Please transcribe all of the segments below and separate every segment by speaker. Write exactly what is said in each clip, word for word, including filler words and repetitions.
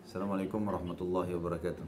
Speaker 1: Assalamualaikum warahmatullahi wabarakatuh.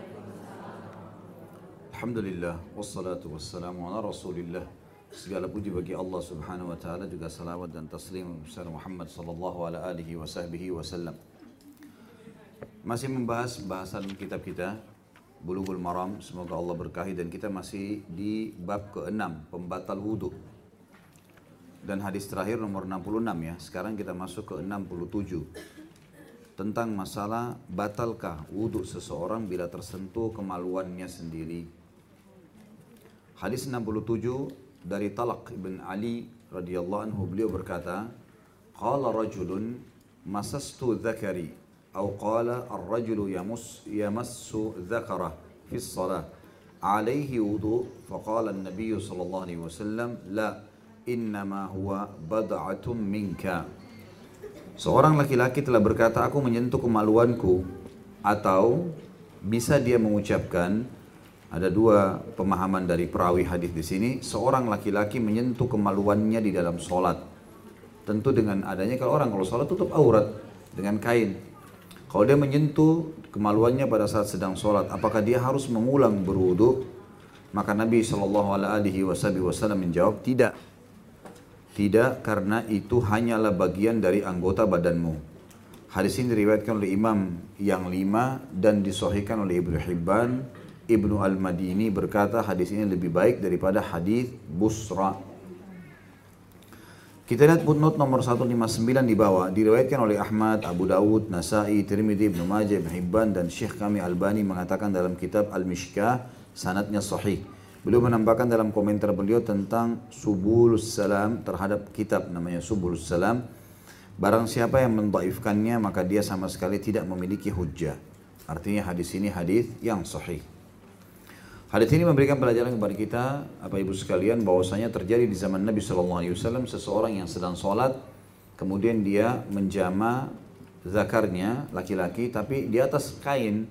Speaker 1: Alhamdulillah, wassalatu wassalamu ala rasulillah. Segala puji bagi Allah subhanahu wa ta'ala, juga salawat dan taslim besar Muhammad sallallahu ala alihi wa sahbihi wasallam. Masih membahas bahasan kitab kita Bulughul Maram, semoga Allah berkahi, dan kita masih di bab keenam, pembatal wudhu. Dan hadis terakhir nomor enam puluh enam ya, sekarang kita masuk ke enam puluh tujuh. Tentang masalah batalkah wudhu seseorang bila tersentuh kemaluannya sendiri. Hadis enam puluh tujuh dari Talaq ibn Ali radhiyallahu anhu, beliau berkata, qala rajulun masastu dzakari, atau qala ar-rajulu yamus yamassu dzakarah fi shalah alaihi wudu, faqala an-nabiy sallallahu alaihi wasallam la innama huwa bad'atun minka. Seorang laki-laki telah berkata, aku menyentuh kemaluanku. Atau bisa dia mengucapkan, ada dua pemahaman dari perawi hadis di sini. Seorang laki-laki menyentuh kemaluannya di dalam sholat. Tentu dengan adanya, kalau orang kalau sholat tutup aurat dengan kain. Kalau dia menyentuh kemaluannya pada saat sedang sholat, apakah dia harus mengulang berwudu? Maka Nabi shallallahu alaihi wasallam menjawab, tidak. Tidak, karena itu hanyalah bagian dari anggota badanmu. Hadis ini diriwayatkan oleh Imam yang lima dan disahihkan oleh Ibnu Hibban. Ibnu Al-Madini berkata hadis ini lebih baik daripada hadis Busra. Kita lihat footnote nomor seratus lima puluh sembilan di bawah, diriwayatkan oleh Ahmad, Abu Dawud, Nasai, Tirmidzi, Ibnu Majah, Ibnu Hibban, dan Syekh kami Albani mengatakan dalam kitab Al-Mishkah sanadnya sahih. Beliau menambahkan dalam komentar beliau tentang Subulus Salam terhadap kitab namanya Subulus Salam, barang siapa yang mendhaifkannya maka dia sama sekali tidak memiliki hujjah. Artinya hadis ini hadis yang sahih. Hadis ini memberikan pelajaran kepada kita, apa ibu sekalian, bahwasanya terjadi di zaman Nabi shallallahu alaihi wasallam seseorang yang sedang sholat, kemudian dia menjama zakarnya laki-laki tapi di atas kain.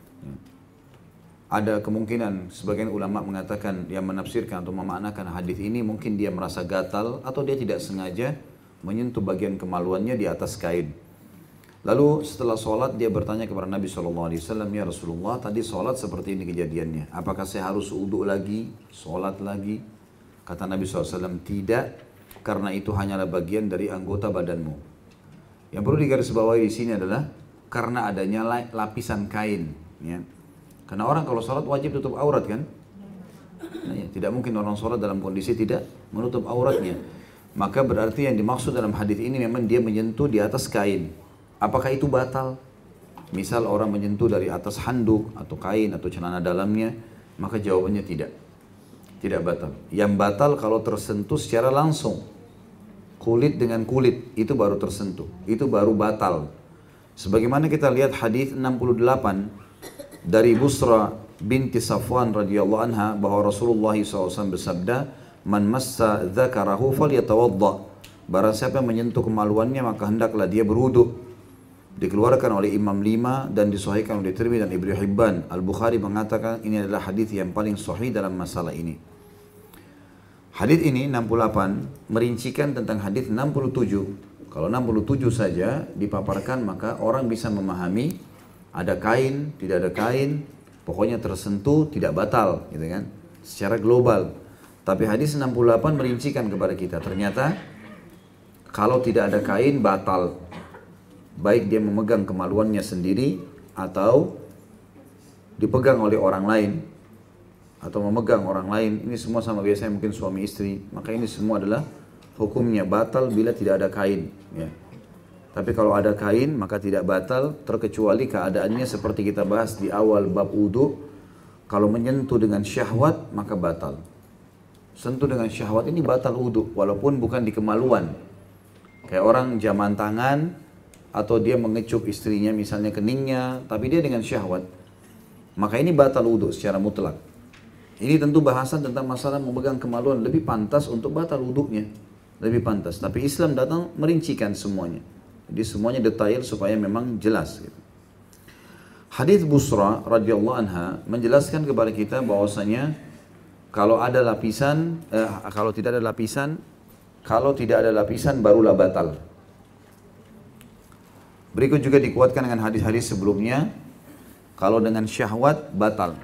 Speaker 1: Ada kemungkinan sebagian ulama mengatakan, yang menafsirkan atau memaknakan hadis ini, mungkin dia merasa gatal atau dia tidak sengaja menyentuh bagian kemaluannya di atas kain. Lalu setelah sholat dia bertanya kepada Nabi shallallahu alaihi wasallam, ya Rasulullah, tadi sholat seperti ini kejadiannya, apakah saya harus wudu lagi, sholat lagi? Kata Nabi shallallahu alaihi wasallam, tidak, karena itu hanyalah bagian dari anggota badanmu. Yang perlu digarisbawahi di sini adalah karena adanya lapisan kain, ya. Karena orang kalau sholat wajib tutup aurat kan? Nah, ya, tidak mungkin orang sholat dalam kondisi tidak menutup auratnya. Maka berarti yang dimaksud dalam hadis ini memang dia menyentuh di atas kain. Apakah itu batal? Misal orang menyentuh dari atas handuk atau kain atau celana dalamnya, maka jawabannya tidak. Tidak batal. Yang batal kalau tersentuh secara langsung. Kulit dengan kulit, itu baru tersentuh. Itu baru batal. Sebagaimana kita lihat hadis enam puluh delapan dari Busra binti Safwan radhiyallahu anha, bahwa Rasulullah shallallahu alaihi wasallam bersabda, man massa dzakarahu falyatawadda, barang siapa yang menyentuh kemaluannya maka hendaklah dia berwudu. Dikeluarkan oleh Imam lima dan disahihkan oleh Tirmidzi dan Ibnu Hibban. Al-Bukhari mengatakan ini adalah hadis yang paling sahih dalam masalah ini. Hadis ini enam puluh delapan merincikan tentang hadis enam puluh tujuh. Kalau enam puluh tujuh saja dipaparkan maka orang bisa memahami ada kain, tidak ada kain, pokoknya tersentuh tidak batal, gitu kan? Secara global. Tapi hadis enam puluh delapan merincikan kepada kita, ternyata kalau tidak ada kain batal. Baik dia memegang kemaluannya sendiri atau dipegang oleh orang lain atau memegang orang lain. Ini semua sama biasanya mungkin suami istri. Maka ini semua adalah hukumnya batal bila tidak ada kain, ya. Tapi kalau ada kain maka tidak batal, terkecuali keadaannya seperti kita bahas di awal bab wudu. Kalau menyentuh dengan syahwat maka batal. Sentuh dengan syahwat ini batal wudu, walaupun bukan di kemaluan. Kayak orang jaman tangan atau dia mengecup istrinya misalnya keningnya, tapi dia dengan syahwat, maka ini batal wudu secara mutlak. Ini tentu bahasan tentang masalah memegang kemaluan lebih pantas untuk batal wudunya, lebih pantas. Tapi Islam datang merincikan semuanya. Jadi semuanya detail supaya memang jelas. Gitu. Hadis Busra radhiyallahu anha menjelaskan kepada kita bahwasanya kalau ada lapisan, eh, kalau tidak ada lapisan, kalau tidak ada lapisan barulah batal. Berikut juga dikuatkan dengan hadis-hadis sebelumnya, kalau dengan syahwat batal.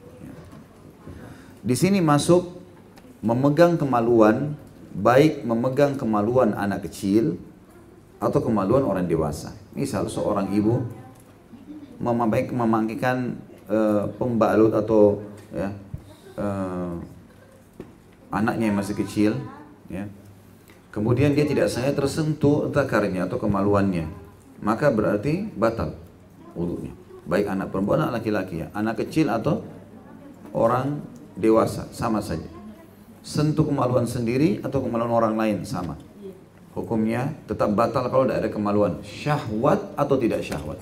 Speaker 1: Di sini masuk memegang kemaluan, baik memegang kemaluan anak kecil atau kemaluan orang dewasa. Misal seorang ibu memakaikan uh, pembalut atau ya, uh, anaknya yang masih kecil, ya. Kemudian dia tidak sengaja tersentuh zakarnya atau kemaluannya, maka berarti batal wudunya. Baik anak perempuan atau laki-laki, ya. Anak kecil atau orang dewasa, sama saja. Sentuh kemaluan sendiri atau kemaluan orang lain, sama. Hukumnya tetap batal kalau tidak ada kemaluan. Syahwat atau tidak syahwat.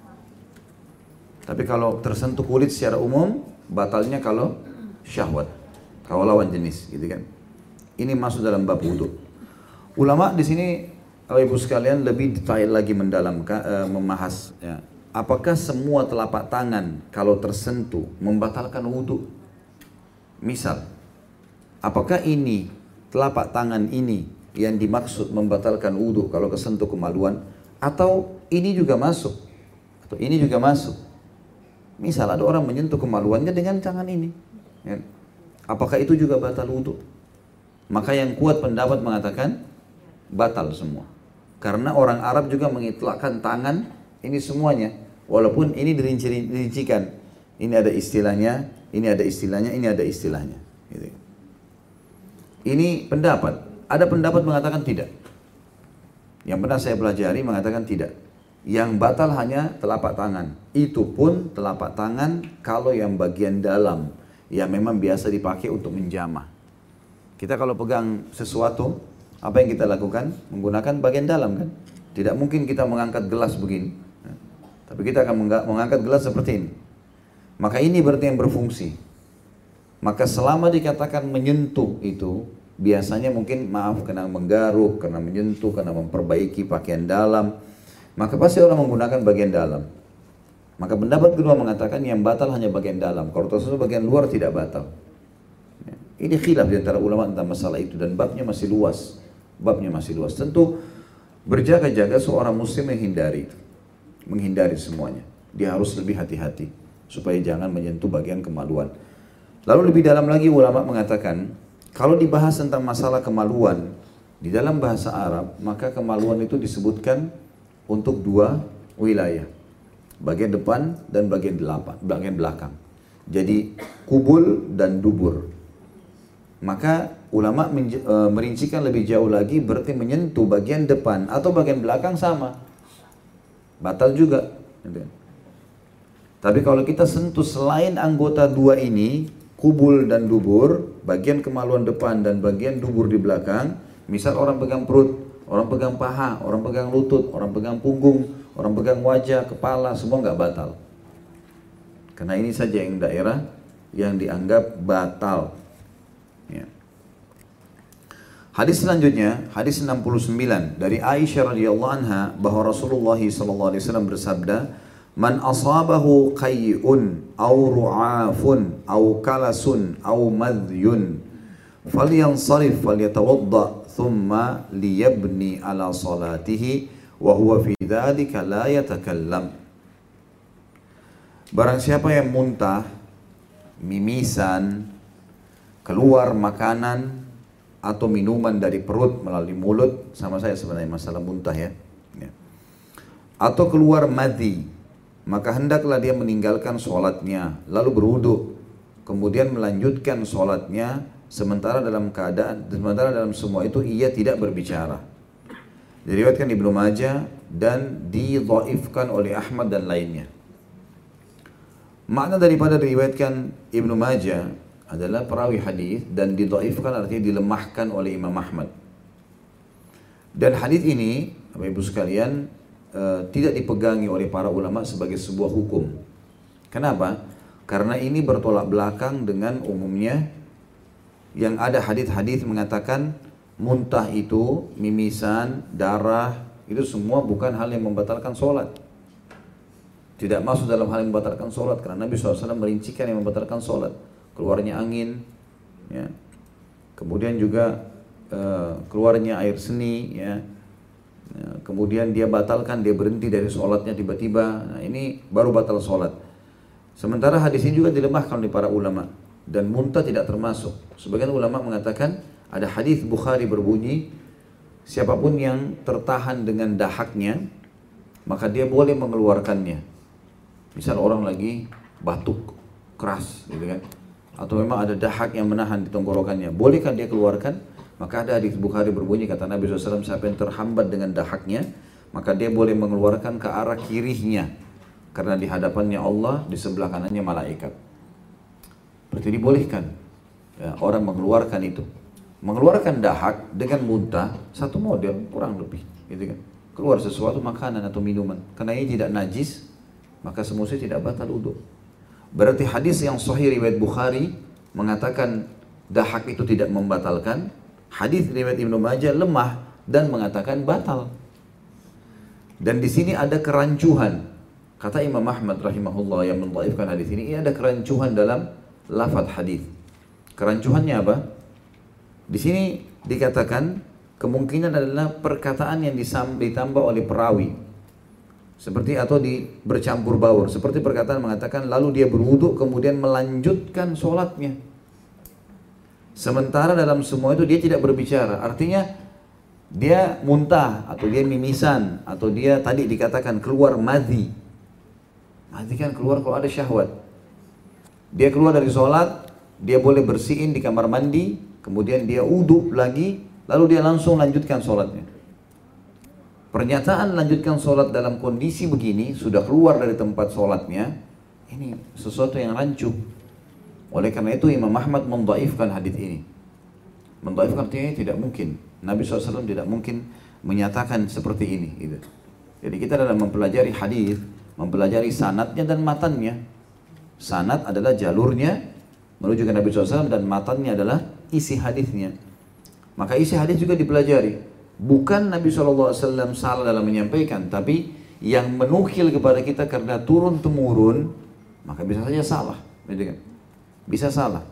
Speaker 1: Tapi kalau tersentuh kulit secara umum, batalnya kalau syahwat. Kalau lawan jenis, gitu kan. Ini masuk dalam bab wudu. Ulama di sini, Bapak Ibu sekalian, lebih detail lagi mendalam uh, membahas, ya. Apakah semua telapak tangan kalau tersentuh membatalkan wudu? Misal, apakah ini telapak tangan ini yang dimaksud membatalkan wudu kalau kesentuh kemaluan, atau ini juga masuk, atau ini juga masuk? Misal ada orang menyentuh kemaluannya dengan tangan ini, ya. Apakah itu juga batal wudu? Maka yang kuat pendapat mengatakan batal semua. Karena orang Arab juga mengitlakkan tangan ini semuanya. Walaupun ini dirincikan. Ini ada istilahnya, ini ada istilahnya, ini ada istilahnya. Gitu. Ini pendapat. Ada pendapat mengatakan tidak. Yang pernah saya pelajari mengatakan tidak. Yang batal hanya telapak tangan. Itu pun telapak tangan kalau yang bagian dalam. Yang memang biasa dipakai untuk menjamah. Kita kalau pegang sesuatu, apa yang kita lakukan? Menggunakan bagian dalam kan? Tidak mungkin kita mengangkat gelas begini. Tapi kita akan mengangkat gelas seperti ini. Maka ini berarti yang berfungsi. Maka selama dikatakan menyentuh itu, biasanya mungkin maaf karena menggaruk, karena menyentuh, karena memperbaiki pakaian dalam. Maka pasti orang menggunakan bagian dalam. Maka pendapat kedua mengatakan yang batal hanya bagian dalam. Kalau tersentuh bagian luar tidak batal. Ini khilaf di antara ulama tentang masalah itu dan babnya masih luas. Babnya masih luas. Tentu berjaga-jaga seorang muslim menghindari itu. Menghindari semuanya. Dia harus lebih hati-hati supaya jangan menyentuh bagian kemaluan. Lalu lebih dalam lagi ulama mengatakan, kalau dibahas tentang masalah kemaluan di dalam bahasa Arab, maka kemaluan itu disebutkan untuk dua wilayah. Bagian depan dan bagian delapan, bagian belakang. Jadi kubul dan dubur. Maka ulama merincikan lebih jauh lagi, berarti menyentuh bagian depan atau bagian belakang sama. Batal juga. Tapi kalau kita sentuh selain anggota dua ini, kubul dan dubur, bagian kemaluan depan dan bagian dubur di belakang, misal orang pegang perut, orang pegang paha, orang pegang lutut, orang pegang punggung, orang pegang wajah, kepala, semua nggak batal. Karena ini saja yang daerah yang dianggap batal. Ya. Hadis selanjutnya, hadis enam puluh sembilan dari Aisyah radhiyallahu anha bahwa Rasulullah sallallahu alaihi wasallam bersabda, "Man asabahu qay'un aw ru'afun aw kalasun aw madhyun falyansarif falyatawadda thumma liyabni ala salatihi wa huwa fi dzalika la yatakallam." Barang siapa yang muntah, mimisan, keluar makanan atau minuman dari perut melalui mulut, sama saya sebenarnya masalah muntah ya, ya. Atau keluar madhi, maka hendaklah dia meninggalkan sholatnya lalu berwudu, kemudian melanjutkan sholatnya sementara dalam keadaan sementara dalam semua itu ia tidak berbicara. Diriwayatkan Ibnu Majah dan didhaifkan oleh Ahmad dan lainnya. Makna daripada diriwayatkan Ibnu Majah adalah perawi hadis dan didhaifkan artinya dilemahkan oleh Imam Ahmad. Dan hadis ini, Bapak Ibu sekalian, uh, tidak dipegangi oleh para ulama sebagai sebuah hukum. Kenapa? Karena ini bertolak belakang dengan umumnya yang ada hadis-hadis mengatakan muntah itu, mimisan, darah, itu semua bukan hal yang membatalkan sholat. Tidak masuk dalam hal yang membatalkan sholat, karena Nabi shallallahu alaihi wasallam merincikan yang membatalkan sholat. Keluarnya angin, ya. Kemudian juga uh, keluarnya air seni, ya. Ya, kemudian dia batalkan, dia berhenti dari sholatnya tiba-tiba. Nah, ini baru batal sholat. Sementara hadis ini juga dilemahkan oleh para ulama. Dan muntah tidak termasuk. Sebagian ulama mengatakan ada hadis Bukhari berbunyi, siapapun yang tertahan dengan dahaknya, maka dia boleh mengeluarkannya. Misal orang lagi batuk keras, gitu kan? Atau memang ada dahak yang menahan di tenggorokannya, bolehkah dia keluarkan? Maka ada hadis Bukhari berbunyi, kata Nabi shallallahu alaihi wasallam, siapa yang terhambat dengan dahaknya, maka dia boleh mengeluarkan ke arah kirinya, karena di hadapannya Allah, di sebelah kanannya malaikat. Berarti dibolehkan ya, orang mengeluarkan itu. Mengeluarkan dahak dengan muntah satu model kurang lebih, gitu kan? Keluar sesuatu makanan atau minuman, karena ini tidak najis, maka semestinya tidak batal wudu. Berarti hadis yang sahih riwayat Bukhari mengatakan dahak itu tidak membatalkan. Hadis riwayat Ibnu Majah lemah dan mengatakan batal. Dan di sini ada kerancuhan. Kata Imam Ahmad rahimahullah yang mendhaifkan hadis ini, ini ada kerancuhan dalam lafaz hadis. Kerancuhannya apa? Di sini dikatakan kemungkinan adalah perkataan yang ditambah oleh perawi. Seperti atau di bercampur baur. Seperti perkataan mengatakan lalu dia berwudu kemudian melanjutkan sholatnya. Sementara dalam semua itu dia tidak berbicara. Artinya dia muntah atau dia mimisan atau dia tadi dikatakan keluar madhi. Madhi kan keluar kalau ada syahwat. Dia keluar dari sholat, dia boleh bersihin di kamar mandi, kemudian dia wudu lagi, lalu dia langsung lanjutkan sholatnya. Pernyataan lanjutkan sholat dalam kondisi begini, sudah keluar dari tempat sholatnya, ini sesuatu yang rancu. Oleh karena itu Imam Ahmad mendhaifkan hadis ini. Mendhaifkan artinya tidak mungkin. Nabi shallallahu alaihi wasallam tidak mungkin menyatakan seperti ini. Gitu. Jadi kita dalam mempelajari hadis, mempelajari sanadnya dan matannya. Sanad adalah jalurnya menuju ke Nabi shallallahu alaihi wasallam dan matannya adalah isi hadisnya. Maka isi hadis juga dipelajari. Bukan Nabi shallallahu alaihi wasallam salah dalam menyampaikan, tapi yang menukil kepada kita karena turun temurun, maka bisa saja salah. Gitu kan? Bisa salah.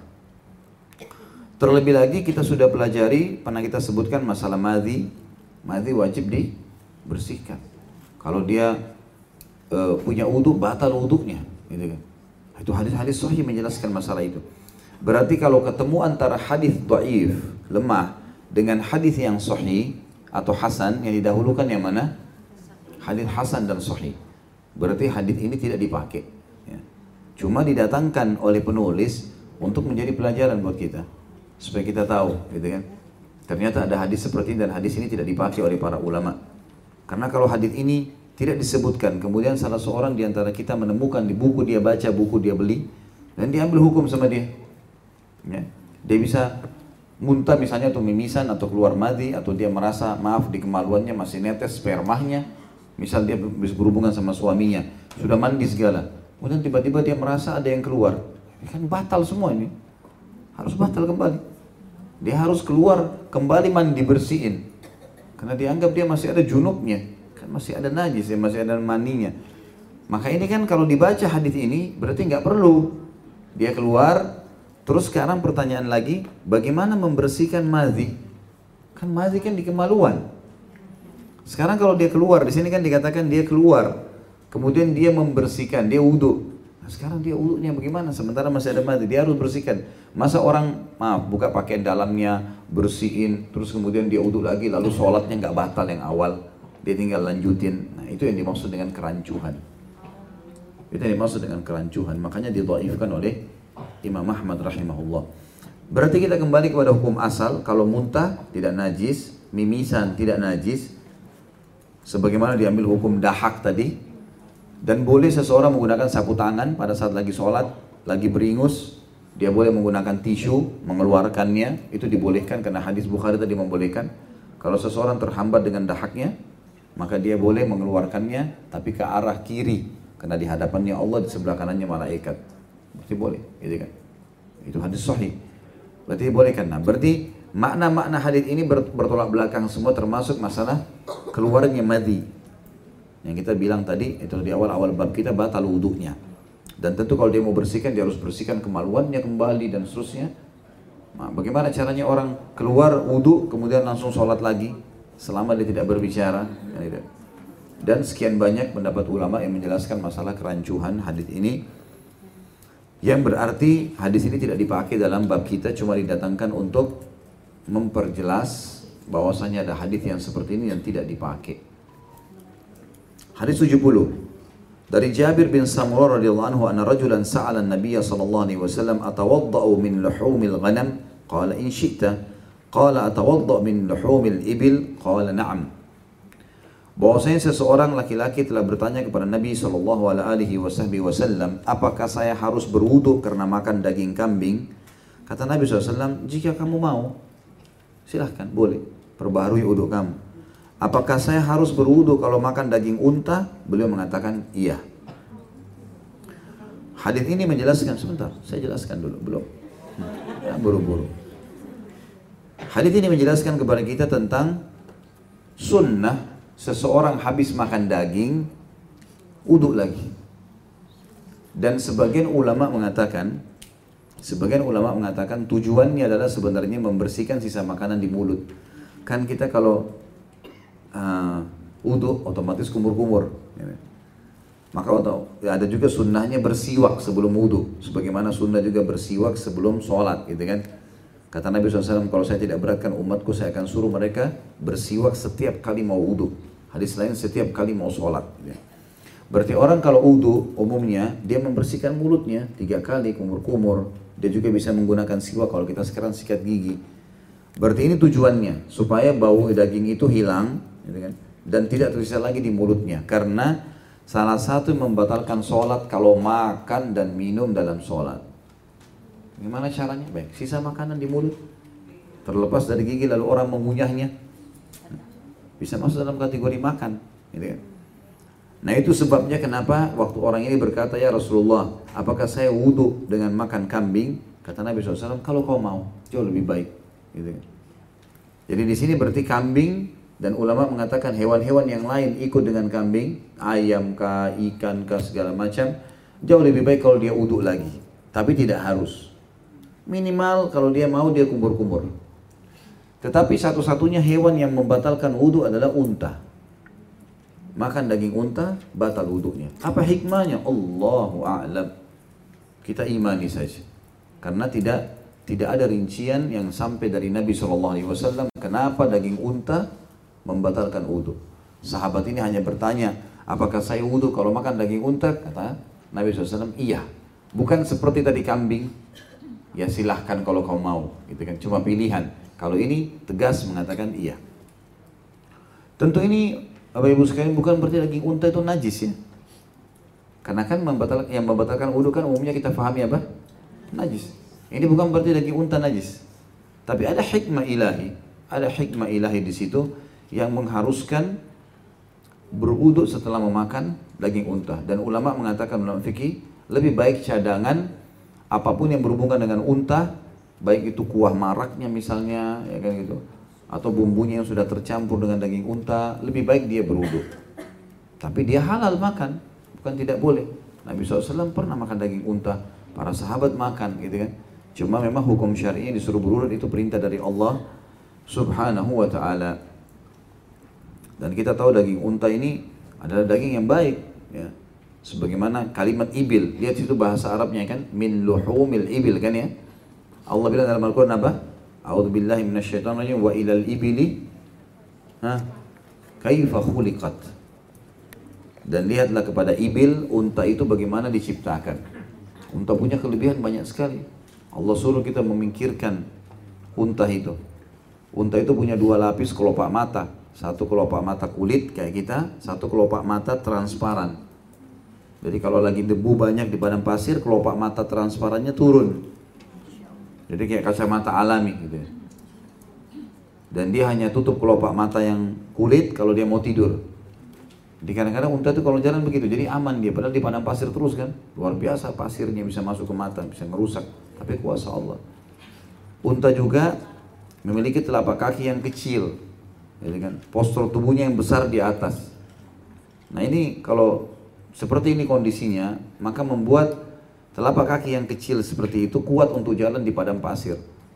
Speaker 1: Terlebih lagi kita sudah pelajari, pernah kita sebutkan masalah madhi. Madhi wajib dibersihkan. Kalau dia uh, punya wudu, batal wudunya, gitu kan. Itu hadis-hadis sahih menjelaskan masalah itu. Berarti kalau ketemu antara hadis dhaif, lemah, dengan hadis yang sahih atau hasan, yang didahulukan yang mana? Hadis hasan dan sahih. Berarti hadis ini tidak dipakai. Ya. Cuma didatangkan oleh penulis untuk menjadi pelajaran buat kita, supaya kita tahu, gitu kan? Ternyata ada hadis seperti ini dan hadis ini tidak dipakai oleh para ulama. Karena kalau hadis ini tidak disebutkan, kemudian salah seorang di antara kita menemukan di buku dia baca, buku dia beli, dan diambil hukum sama dia. Ya. Dia bisa muntah misalnya atau mimisan atau keluar madhi, atau dia merasa maaf di kemaluannya masih netes spermanya. Misal dia berhubungan sama suaminya, sudah mandi segala. Kemudian tiba-tiba dia merasa ada yang keluar, kan batal semua ini, harus batal kembali. Dia harus keluar kembali mandi bersihin, karena dianggap dia masih ada junubnya, kan masih ada najis, ya, masih ada maninya. Maka ini kan kalau dibaca hadis ini berarti nggak perlu dia keluar. Terus sekarang pertanyaan lagi, bagaimana membersihkan madhi? Kan madhi kan di kemaluan. Sekarang kalau dia keluar, di sini kan dikatakan dia keluar. Kemudian dia membersihkan, dia wudu. Nah, sekarang dia wudunya bagaimana? Sementara masih ada madhi, dia harus bersihkan. Masa orang, maaf, buka pakaian dalamnya, bersihin, terus kemudian dia wudu lagi, lalu sholatnya nggak batal yang awal, dia tinggal lanjutin. Nah, itu yang dimaksud dengan kerancuhan. Itu yang dimaksud dengan kerancuhan. Makanya didhaifkan oleh Imam Ahmad rahimahullah. Berarti kita kembali kepada hukum asal, kalau muntah tidak najis, mimisan tidak najis, sebagaimana diambil hukum dahak tadi. Dan boleh seseorang menggunakan sapu tangan pada saat lagi sholat, lagi beringus, dia boleh menggunakan tisu, mengeluarkannya, itu dibolehkan karena hadis Bukhari tadi membolehkan. Kalau seseorang terhambat dengan dahaknya, maka dia boleh mengeluarkannya, tapi ke arah kiri, karena di hadapannya Allah, di sebelah kanannya malaikat. Berarti boleh, gitu kan? Itu hadis sahih. Berarti dibolehkan. Nah, berarti makna-makna hadis ini bertolak belakang semua, termasuk masalah keluarnya madhi. Yang kita bilang tadi, itu di awal-awal bab kita, batal wudunya. Dan tentu kalau dia mau bersihkan, dia harus bersihkan kemaluannya kembali dan seterusnya. Nah, bagaimana caranya orang keluar wudu kemudian langsung sholat lagi? selama dia tidak berbicara. Dan sekian banyak pendapat ulama yang menjelaskan masalah kerancuhan hadis ini, yang berarti hadis ini tidak dipakai dalam bab kita, cuma didatangkan untuk memperjelas bahwasanya ada hadis yang seperti ini yang tidak dipakai. Hadis tujuh puluh dari Jabir bin Samurah radhiyallahu anhu, anna rajulan sa'ala an-nabiy sallallahu alaihi wasallam atawadda'u min luhumil ghanam qala in syi'ta, qala atawadda'u min luhumil ibil qala na'am. Bahwasanya seseorang laki-laki telah bertanya kepada Nabi sallallahu alaihi wasallam, apakah saya harus berwudu karena makan daging kambing? Kata Nabi shallallahu alaihi wasallam, jika kamu mau silahkan, boleh perbaharui wudu kamu. Apakah saya harus berwudu kalau makan daging unta? Beliau mengatakan iya. Hadis ini menjelaskan, sebentar saya jelaskan dulu, belum ya, buru-buru. Hadis ini menjelaskan kepada kita tentang sunnah seseorang habis makan daging wudu lagi. Dan sebagian ulama mengatakan, sebagian ulama mengatakan tujuannya adalah sebenarnya membersihkan sisa makanan di mulut. Kan kita kalau uh, wudu otomatis kumur-kumur. Maka ada juga sunnahnya bersiwak sebelum wudu, sebagaimana sunnah juga bersiwak sebelum sholat, gitu kan? Kata Nabi shallallahu alaihi wasallam, kalau saya tidak beratkan umatku, saya akan suruh mereka bersiwak setiap kali mau wudu. Hadis lain setiap kali mau sholat. Berarti orang kalau wudu umumnya dia membersihkan mulutnya tiga kali kumur-kumur. Dia juga bisa menggunakan siwak kalau kita sekarang sikat gigi. Berarti ini tujuannya supaya bau daging itu hilang, gitu kan? Dan tidak tersisa lagi di mulutnya. Karena salah satu membatalkan sholat kalau makan dan minum dalam sholat. Gimana caranya? Baik, sisa makanan di mulut terlepas dari gigi lalu orang mengunyahnya, bisa masuk dalam kategori makan, gitu kan? Nah itu sebabnya kenapa waktu orang ini berkata, ya Rasulullah, apakah saya wudu dengan makan kambing? Kata Nabi shallallahu alaihi wasallam, kalau kau mau, jauh lebih baik, gitu kan? Jadi di sini berarti kambing, dan ulama mengatakan hewan-hewan yang lain ikut dengan kambing, ayam kah, ikan kah, segala macam, jauh lebih baik kalau dia wudu lagi, tapi tidak harus. Minimal kalau dia mau dia kumur-kumur. Tetapi satu-satunya hewan yang membatalkan wudu adalah unta. Makan daging unta batal wudunya. Apa hikmahnya? Allahu a'lam. Kita imani saja. Karena tidak tidak ada rincian yang sampai dari Nabi shallallahu alaihi wasallam kenapa daging unta membatalkan wudu. Sahabat ini hanya bertanya, apakah saya wudu kalau makan daging unta? Kata Nabi shallallahu alaihi wasallam, iya. Bukan seperti tadi kambing. Ya silahkan kalau kau mau, gitu kan? Cuma pilihan. Kalau ini tegas mengatakan iya. Tentu ini Bapak Ibu sekalian bukan berarti daging unta itu najis ya. Karena kan membatalkan, yang membatalkan wudu kan umumnya kita pahami apa? Najis. Ini bukan berarti daging unta najis. Tapi ada hikmah ilahi, ada hikmah ilahi di situ yang mengharuskan berwudu setelah memakan daging unta. Dan ulama mengatakan dalam fikih lebih baik cadangan apapun yang berhubungan dengan unta, baik itu kuah maraknya misalnya, ya kan gitu, atau bumbunya yang sudah tercampur dengan daging unta, lebih baik dia berwudu. Tapi dia halal makan, bukan tidak boleh. Nabi shallallahu alaihi wasallam pernah makan daging unta, para sahabat makan, gitu kan. Cuma memang hukum syar'i disuruh berwudu itu perintah dari Allah Subhanahu wa Ta'ala. Dan kita tahu daging unta ini adalah daging yang baik, ya. Sebagaimana kalimat ibil, lihat itu bahasa Arabnya kan, min luhumil ibil kan ya. Allah bilang dalam Al-Quran apa? A'udzubillahi minasyaitonir rajim wa ilal ibili ha kaifa khuliqat. Dan lihatlah kepada ibil, unta itu bagaimana diciptakan. Unta punya kelebihan banyak sekali. Allah suruh kita memikirkan unta itu. Unta itu punya dua lapis kelopak mata. Satu kelopak mata kulit kayak kita, satu kelopak mata transparan. Jadi kalau lagi debu banyak di padang pasir, kelopak mata transparannya turun. Jadi kayak kacamata alami gitu ya. Dan dia hanya tutup kelopak mata yang kulit kalau dia mau tidur. Jadi kadang-kadang unta itu kalau jalan begitu, jadi aman dia. Padahal di padang pasir terus kan. Luar biasa pasirnya bisa masuk ke mata, bisa merusak. Tapi kuasa Allah. Unta juga memiliki telapak kaki yang kecil. Jadi kan, postur tubuhnya yang besar di atas. Nah ini kalau seperti ini kondisinya, maka membuat telapak kaki yang kecil seperti itu kuat untuk jalan di padang pasir.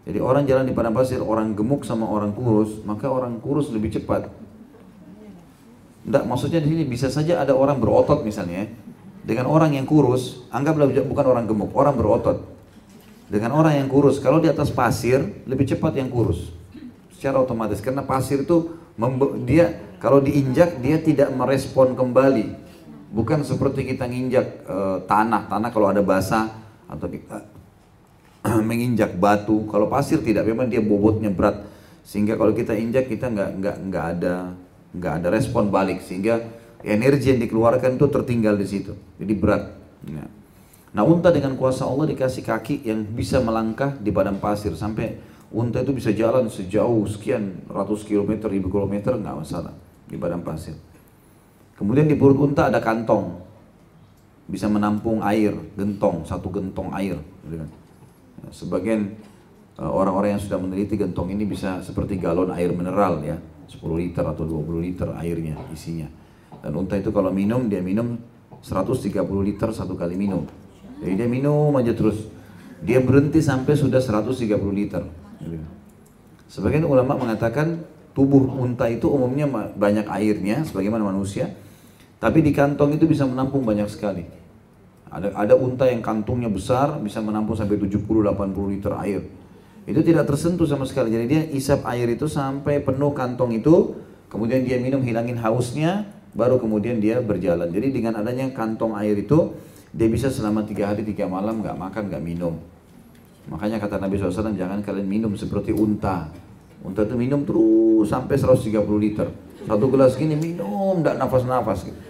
Speaker 1: Jadi orang jalan di padang pasir, orang gemuk sama orang kurus, maka orang kurus lebih cepat. Enggak, maksudnya di sini bisa saja ada orang berotot misalnya, dengan orang yang kurus, anggaplah bukan orang gemuk, orang berotot. Dengan orang yang kurus, kalau di atas pasir lebih cepat yang kurus, secara otomatis, karena pasir itu dia kalau diinjak dia tidak merespon kembali, bukan seperti kita nginjak e, tanah, tanah kalau ada basah atau kita menginjak batu. Kalau pasir tidak, memang dia bobotnya berat, sehingga kalau kita injak kita nggak nggak nggak ada nggak ada respon balik, sehingga energi yang dikeluarkan itu tertinggal di situ, jadi berat. Nah, unta dengan kuasa Allah dikasih kaki yang bisa melangkah di padang pasir, sampai unta itu bisa jalan sejauh sekian ratus kilometer, ribu kilometer nggak masalah di padang pasir. Kemudian di perut unta ada kantong, bisa menampung air, gentong, satu gentong air. Sebagian orang-orang yang sudah meneliti gentong ini bisa seperti galon air mineral ya, sepuluh liter atau dua puluh liter airnya isinya. Dan unta itu kalau minum, dia minum seratus tiga puluh liter satu kali minum. Jadi dia minum aja terus. Dia berhenti sampai sudah seratus tiga puluh liter. Sebagian ulama mengatakan tubuh unta itu umumnya banyak airnya sebagaimana manusia, tapi di kantong itu bisa menampung banyak sekali. Ada, ada unta yang kantungnya besar, bisa menampung sampai tujuh puluh sampai delapan puluh liter air. Itu tidak tersentuh sama sekali. Jadi dia isap air itu sampai penuh kantong itu, kemudian dia minum, hilangin hausnya, baru kemudian dia berjalan. Jadi dengan adanya kantong air itu, dia bisa selama tiga hari tiga malam nggak makan, nggak minum. Makanya kata Nabi shallallahu alaihi wasallam, jangan kalian minum seperti unta. Unta itu minum terus sampai seratus tiga puluh liter. Satu gelas gini minum, nggak nafas-nafas gitu.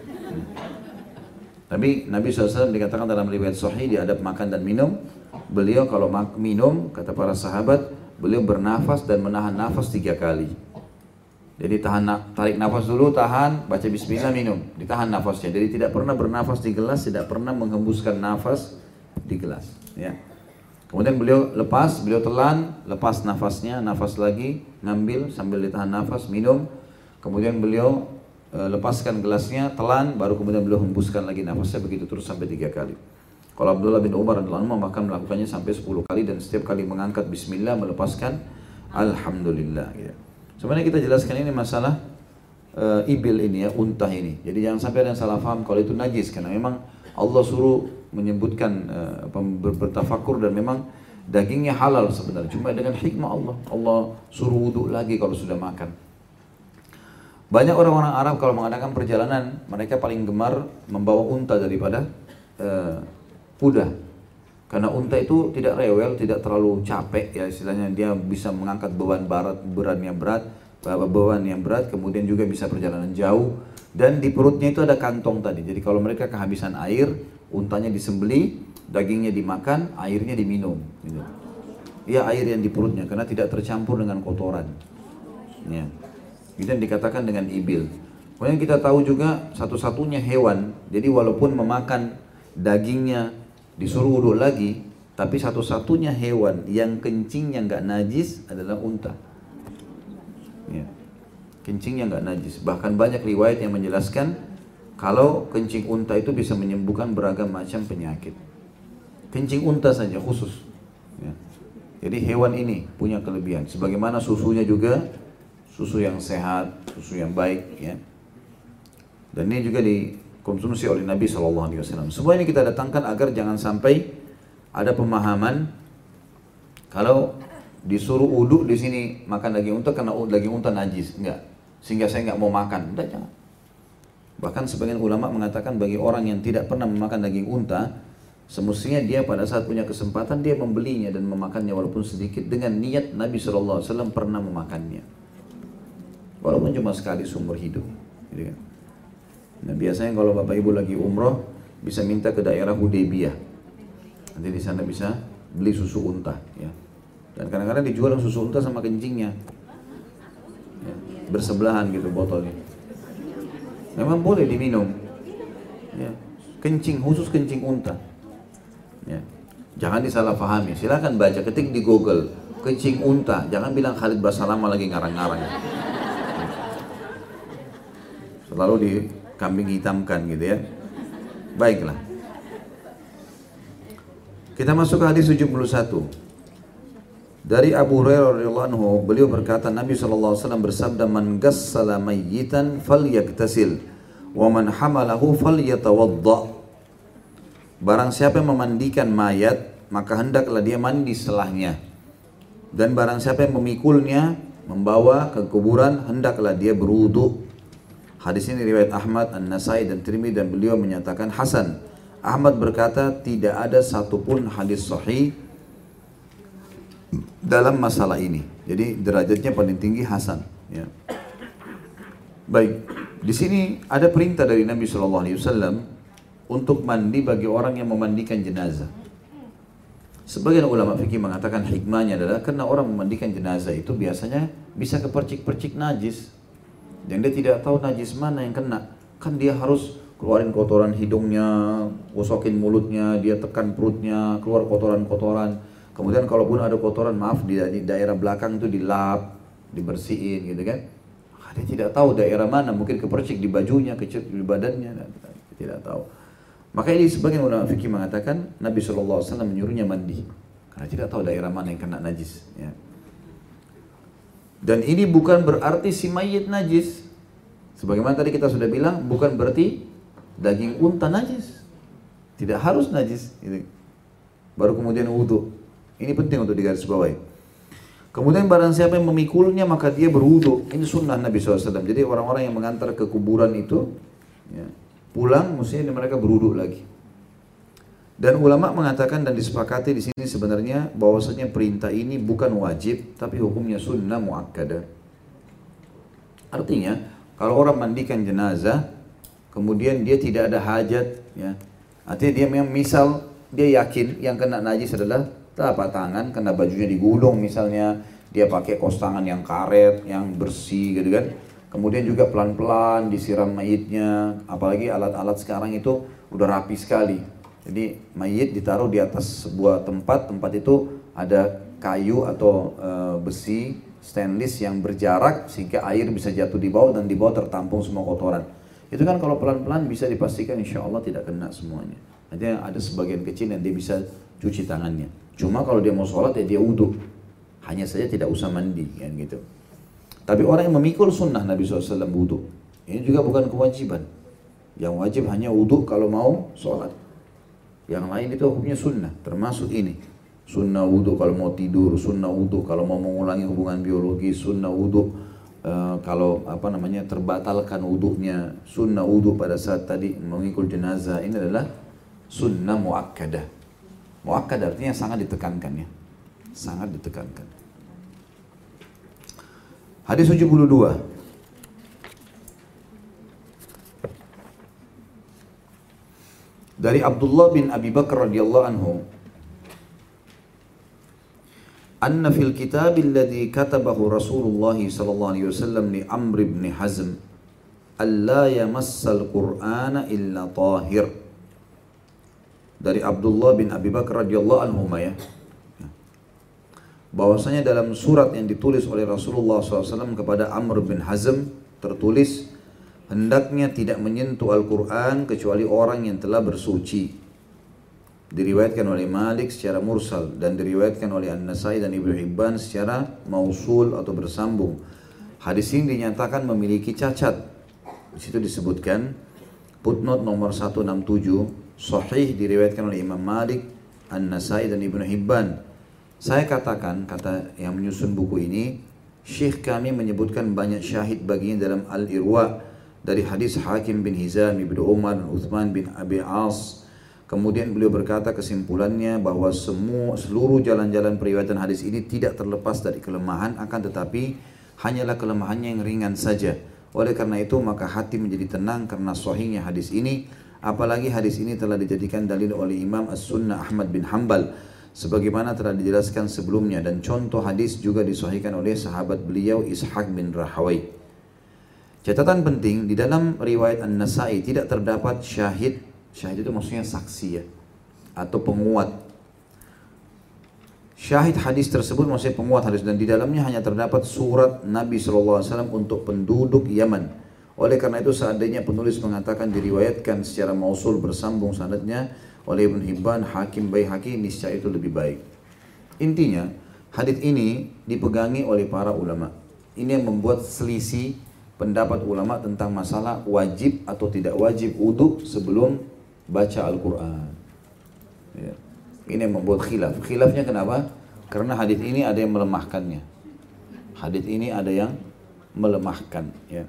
Speaker 1: Tapi Nabi shallallahu alaihi wasallam dikatakan dalam riwayat sahih, dia adab makan dan minum, beliau kalau minum, kata para sahabat, beliau bernafas dan menahan nafas tiga kali. Jadi tahan, tarik nafas dulu, tahan, baca bismillah, minum, ditahan nafasnya. Jadi tidak pernah bernafas di gelas, tidak pernah menghembuskan nafas di gelas. Ya. Kemudian beliau lepas, beliau telan, lepas nafasnya, nafas lagi, ngambil sambil ditahan nafas, minum. Kemudian beliau lepaskan gelasnya, telan, baru kemudian beliau hembuskan lagi nafasnya, begitu terus sampai tiga kali. Kalau Abdullah bin Umar radhiyallahu anhu bahkan melakukannya sampai sepuluh kali, dan setiap kali mengangkat bismillah, melepaskan alhamdulillah. Ya. Sebenarnya kita jelaskan ini masalah e, ibil ini ya, unta ini. Jadi jangan sampai ada yang salah paham kalau itu najis, karena memang Allah suruh menyebutkan e, bertafakur, dan memang dagingnya halal sebenarnya. Cuma dengan hikmah Allah, Allah suruh wudhu lagi kalau sudah makan. Banyak orang-orang Arab kalau mengadakan perjalanan, mereka paling gemar membawa unta daripada uh, kuda. Karena unta itu tidak rewel, tidak terlalu capek ya istilahnya, dia bisa mengangkat beban berat, beban yang berat, beban yang berat, kemudian juga bisa perjalanan jauh, dan di perutnya itu ada kantong tadi. Jadi kalau mereka kehabisan air, untanya disembeli, dagingnya dimakan, airnya diminum. Gitu. Ya, air yang di perutnya karena tidak tercampur dengan kotoran. Ya. Itu yang dikatakan dengan ibil. Kemudian kita tahu juga satu-satunya hewan, jadi walaupun memakan dagingnya disuruh wudhu lagi, tapi satu-satunya hewan yang kencingnya nggak najis adalah unta. Ya. Kencingnya nggak najis. Bahkan banyak riwayat yang menjelaskan kalau kencing unta itu bisa menyembuhkan beragam macam penyakit. Kencing unta saja khusus. Ya. Jadi hewan ini punya kelebihan. Sebagaimana susunya juga susu yang sehat, susu yang baik, ya. Dan ini juga dikonsumsi oleh Nabi shallallahu alaihi wasallam. Semua ini kita datangkan agar jangan sampai ada pemahaman kalau disuruh uduk di sini makan daging unta karena daging unta najis, enggak. Sehingga saya enggak mau makan, enggak, jangan. Bahkan sebagian ulama mengatakan bagi orang yang tidak pernah memakan daging unta, semestinya dia pada saat punya kesempatan dia membelinya dan memakannya walaupun sedikit dengan niat Nabi shallallahu alaihi wasallam pernah memakannya. Walaupun cuma sekali seumur hidup, gitu kan. Nah biasanya kalau bapak ibu lagi umroh bisa minta ke daerah Hudaybiyah, nanti di sana bisa beli susu unta, ya. Dan kadang-kadang dijual susu unta sama kencingnya, ya, bersebelahan gitu botolnya. Memang boleh diminum, ya. Kencing khusus kencing unta, ya. Jangan disalahpahami. Silakan baca, ketik di Google kencing unta, jangan bilang Khalid Basalamah lagi ngarang-ngarang. Selalu dikambing hitamkan gitu ya. Baiklah. Kita masuk ke hadis tujuh puluh satu. Dari Abu Hurairah radhiyallahu anhu, beliau berkata Nabi shallallahu alaihi wasallam bersabda, "Man ghassala mayyitan falyagtasil, wa man hamalahu falyatawadda." Barang siapa yang memandikan mayat, maka hendaklah dia mandi setelahnya. Dan barang siapa yang memikulnya, membawa ke kuburan, hendaklah dia berwudu. Hadis ini riwayat Ahmad, An-Nasai dan Tirmidzi, dan beliau menyatakan hasan. Ahmad berkata tidak ada satupun hadis sahih dalam masalah ini. Jadi derajatnya paling tinggi hasan. Ya. Baik, di sini ada perintah dari Nabi Shallallahu Alaihi Wasallam untuk mandi bagi orang yang memandikan jenazah. Sebagian ulama fikih mengatakan hikmahnya adalah karena orang memandikan jenazah itu biasanya bisa kepercik-percik najis, dan dia tidak tahu najis mana yang kena. Kan dia harus keluarin kotoran hidungnya, gosokin mulutnya, dia tekan perutnya, keluar kotoran-kotoran. Kemudian kalaupun ada kotoran, maaf, di, di daerah belakang itu dilap, dibersihin gitu kan. Dia tidak tahu daerah mana, mungkin kepercik di bajunya, kecil di badannya, tidak tahu. Maka ini sebagian ulama fikih mengatakan Nabi shallallahu alaihi wasallam menyuruhnya mandi karena tidak tahu daerah mana yang kena najis. Ya. Dan ini bukan berarti si mayit najis. Sebagaimana tadi kita sudah bilang, bukan berarti daging unta najis. Tidak harus najis. Gitu. Baru kemudian wudhu. Ini penting untuk digarisbawahi. Kemudian barang siapa yang memikulnya maka dia berwudhu. Ini sunnah Nabi shallallahu alaihi wasallam. Jadi orang-orang yang mengantar ke kuburan itu, ya, pulang mestinya mereka berwudhu lagi. Dan ulama mengatakan dan disepakati di sini sebenarnya bahwasanya perintah ini bukan wajib, tapi hukumnya sunnah muakkadah. Artinya kalau orang mandikan jenazah, kemudian dia tidak ada hajat, ya, artinya dia memang misal dia yakin yang kena najis adalah telapak tangan, kena bajunya digulung misalnya, dia pakai kos tangan yang karet, yang bersih gitu kan. Kemudian juga pelan-pelan disiram mayitnya, apalagi alat-alat sekarang itu udah rapi sekali. Jadi mayit ditaruh di atas sebuah tempat, tempat itu ada kayu atau e, besi stainless yang berjarak sehingga air bisa jatuh di bawah dan di bawah tertampung semua kotoran. Itu kan kalau pelan-pelan bisa dipastikan insya Allah tidak kena semuanya. Nanti ada sebagian kecil yang dia bisa cuci tangannya. Cuma kalau dia mau sholat ya dia wudhu, hanya saja tidak usah mandi kan gitu. Tapi orang yang memikul sunnah Nabi shallallahu alaihi wasallam wudhu. Ini juga bukan kewajiban. Yang wajib hanya wudhu kalau mau sholat. Yang lain itu hukumnya sunnah, termasuk ini. Sunnah wudhu kalau mau tidur, sunnah wudhu kalau mau mengulangi hubungan biologi, sunnah wudhu uh, kalau apa namanya terbatalkan wudhunya, sunnah wudhu pada saat tadi memikul jenazah. Ini adalah sunnah muakkadah. Muakkadah artinya sangat ditekankan ya, sangat ditekankan. Hadis tujuh puluh dua. Dari Abdullah bin Abi Bakar radhiyallahu anhu, "Anna fil kitab alladhi katabahu Rasulullah sallallahu alaihi wasallam li Amr ibn Hazm, alla yamassal Qur'ana illa tahir." Dari Abdullah bin Abi Bakar radhiyallahu anhu ya, bahwasanya dalam surat yang ditulis oleh Rasulullah shallallahu alaihi wasallam kepada Amr bin Hazm tertulis, hendaknya tidak menyentuh Al-Quran kecuali orang yang telah bersuci. Diriwayatkan oleh Malik secara mursal dan diriwayatkan oleh An-Nasai dan Ibnu Hibban secara mausul atau bersambung. Hadis ini dinyatakan memiliki cacat. Di situ disebutkan footnote nomor seratus enam puluh tujuh, sahih diriwayatkan oleh Imam Malik, An-Nasai dan Ibnu Hibban. Saya katakan, kata yang menyusun buku ini, Syekh kami menyebutkan banyak syahid baginya dalam Al-Irwa dari hadis Hakim bin Hizam, Ibnu Umar dan Uthman bin Abi As. Kemudian beliau berkata kesimpulannya bahwa semua seluruh jalan-jalan periwayatan hadis ini tidak terlepas dari kelemahan, akan tetapi hanyalah kelemahannya yang ringan saja. Oleh karena itu maka hati menjadi tenang karena sahihnya hadis ini, apalagi hadis ini telah dijadikan dalil oleh Imam As-Sunnah Ahmad bin Hanbal sebagaimana telah dijelaskan sebelumnya, dan contoh hadis juga disahihkan oleh sahabat beliau Ishaq bin Rahawai. Catatan penting, di dalam riwayat An-Nasai tidak terdapat syahid. Syahid itu maksudnya saksi ya, atau penguat. Syahid hadis tersebut maksudnya penguat hadis, dan di dalamnya hanya terdapat surat Nabi shallallahu alaihi wasallam untuk penduduk Yaman. Oleh karena itu seandainya penulis mengatakan diriwayatkan secara mausul bersambung sanadnya oleh Ibn Hibban, Hakim, Baihaqi, niscaya itu lebih baik. Intinya, Hadits ini dipegangi oleh para ulama. Ini yang membuat selisih pendapat ulama tentang masalah wajib atau tidak wajib wudu sebelum baca Al-Quran. Ya. Ini yang membuat khilaf. Khilafnya kenapa? Karena hadits ini ada yang melemahkannya. Hadits ini ada yang melemahkan. Ya.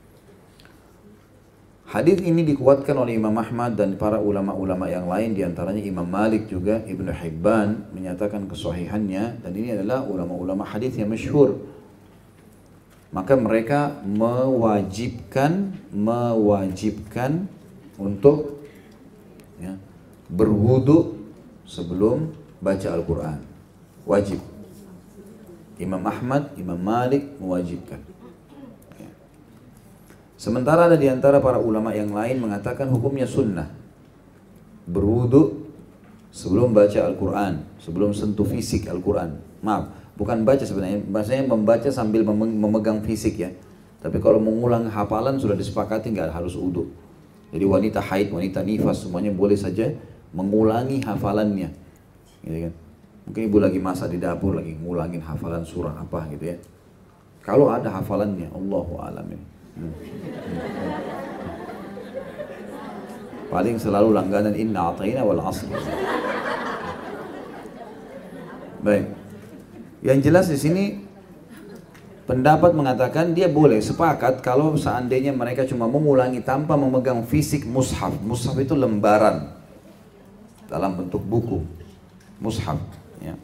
Speaker 1: Hadits ini dikuatkan oleh Imam Ahmad dan para ulama-ulama yang lain, diantaranya Imam Malik juga, Ibnu Hibban menyatakan kesahihannya, dan ini adalah ulama-ulama hadits yang masyhur. Maka mereka mewajibkan mewajibkan untuk ya, berwudu sebelum baca Al-Quran. Wajib. Imam Ahmad, Imam Malik mewajibkan. Sementara ada di antara para ulama yang lain mengatakan hukumnya sunnah. Berwudu sebelum baca Al-Quran, sebelum sentuh fisik Al-Quran. Maaf, bukan baca sebenarnya, bahasanya membaca sambil memegang fisik ya. Tapi kalau mengulang hafalan sudah disepakati nggak harus wudu. Jadi wanita haid, wanita nifas semuanya boleh saja mengulangi hafalannya. Gitu kan? Mungkin ibu lagi masak di dapur lagi ngulangin hafalan surah apa gitu ya. Kalau ada hafalannya, Allahu a'lam. Hmm. Paling selalu langganan inna a'tayna wal 'asr. Baik. Yang jelas di sini pendapat mengatakan dia boleh sepakat kalau seandainya mereka cuma mengulangi tanpa memegang fisik mushaf. Mushaf itu lembaran dalam bentuk buku. Mushaf ya.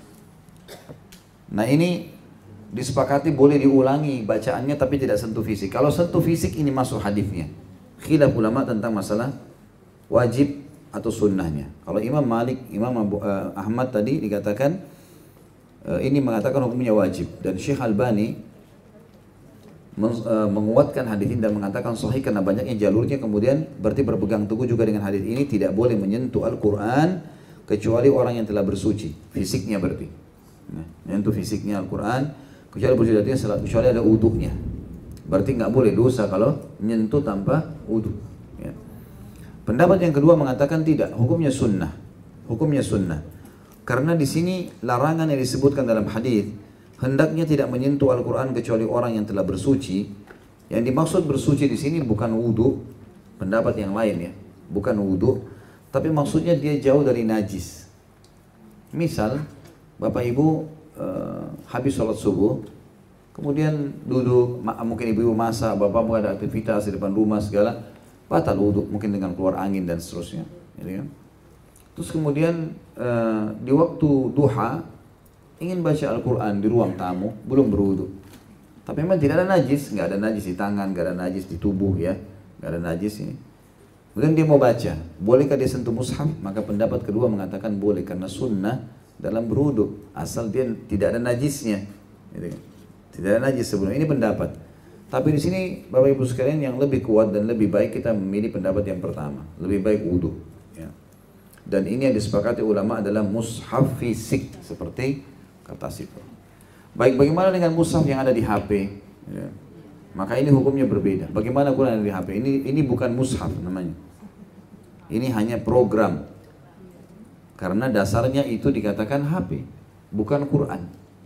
Speaker 1: Nah, ini disepakati boleh diulangi bacaannya tapi tidak sentuh fisik. Kalau sentuh fisik ini masuk hadisnya. Khilaf ulama tentang masalah wajib atau sunnahnya. Kalau Imam Malik, Imam Abu, uh, Ahmad tadi dikatakan uh, ini mengatakan hukumnya wajib, dan Syekh Albani meng, uh, menguatkan hadis ini dan mengatakan sahih karena banyaknya jalurnya. Kemudian berarti berpegang teguh juga dengan hadis ini, tidak boleh menyentuh Al-Quran kecuali orang yang telah bersuci fisiknya, berarti nah, menyentuh fisiknya Al-Quran kecuali bersuci, kecuali ada wudunya. Berarti nggak boleh dosa kalau menyentuh tanpa wudu. Ya. Pendapat yang kedua mengatakan tidak, hukumnya sunnah, hukumnya sunnah. Karena di sini larangan yang disebutkan dalam hadis, hendaknya tidak menyentuh Al-Quran kecuali orang yang telah bersuci. Yang dimaksud bersuci di sini bukan wudu, pendapat yang lain ya, bukan wudu, tapi maksudnya dia jauh dari najis. Misal, Bapak Ibu Uh, habis sholat subuh, kemudian duduk, mungkin ibu-ibu masak, bapak mau ada aktivitas di depan rumah segala, batal wudhu, mungkin dengan keluar angin dan seterusnya, gitu kan? Terus kemudian uh, di waktu duha ingin baca Al-Quran di ruang tamu, belum berwudhu, tapi memang tidak ada najis, nggak ada najis di tangan, nggak ada najis di tubuh ya, nggak ada najis ini. Kemudian dia mau baca, bolehkah dia sentuh mushaf? Maka pendapat kedua mengatakan boleh karena sunnah dalam berwudu, asal dia tidak ada najisnya, gitu. Tidak ada najis sebelum ini pendapat. Tapi di sini Bapak Ibu sekalian yang lebih kuat dan lebih baik kita memilih pendapat yang pertama, lebih baik wudu. Ya. Dan ini yang disepakati ulama adalah mushaf fisik seperti kertas itu. Baik, bagaimana dengan mushaf yang ada di H P? Ya. Maka ini hukumnya berbeda. Bagaimana Quran yang ada di H P? Ini ini bukan mushaf namanya. Ini hanya program. Karena dasarnya itu dikatakan H P, bukan Quran.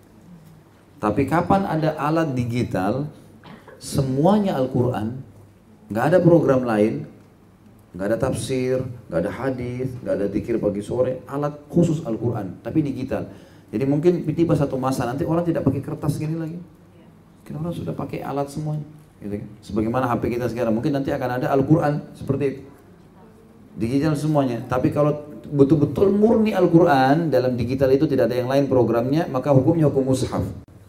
Speaker 1: Tapi kapan ada alat digital, semuanya Al-Quran, nggak ada program lain, nggak ada tafsir, nggak ada hadis, nggak ada zikir pagi sore, alat khusus Al-Quran, tapi digital. Jadi mungkin tiba satu masa nanti orang tidak pakai kertas gini lagi, mungkin orang sudah pakai alat semuanya. Gitu kan? Sebagaimana H P kita sekarang, mungkin nanti akan ada Al-Quran seperti itu. Digital semuanya, tapi kalau betul-betul murni Al-Quran dalam digital itu tidak ada yang lain programnya, maka hukumnya hukum mushaf.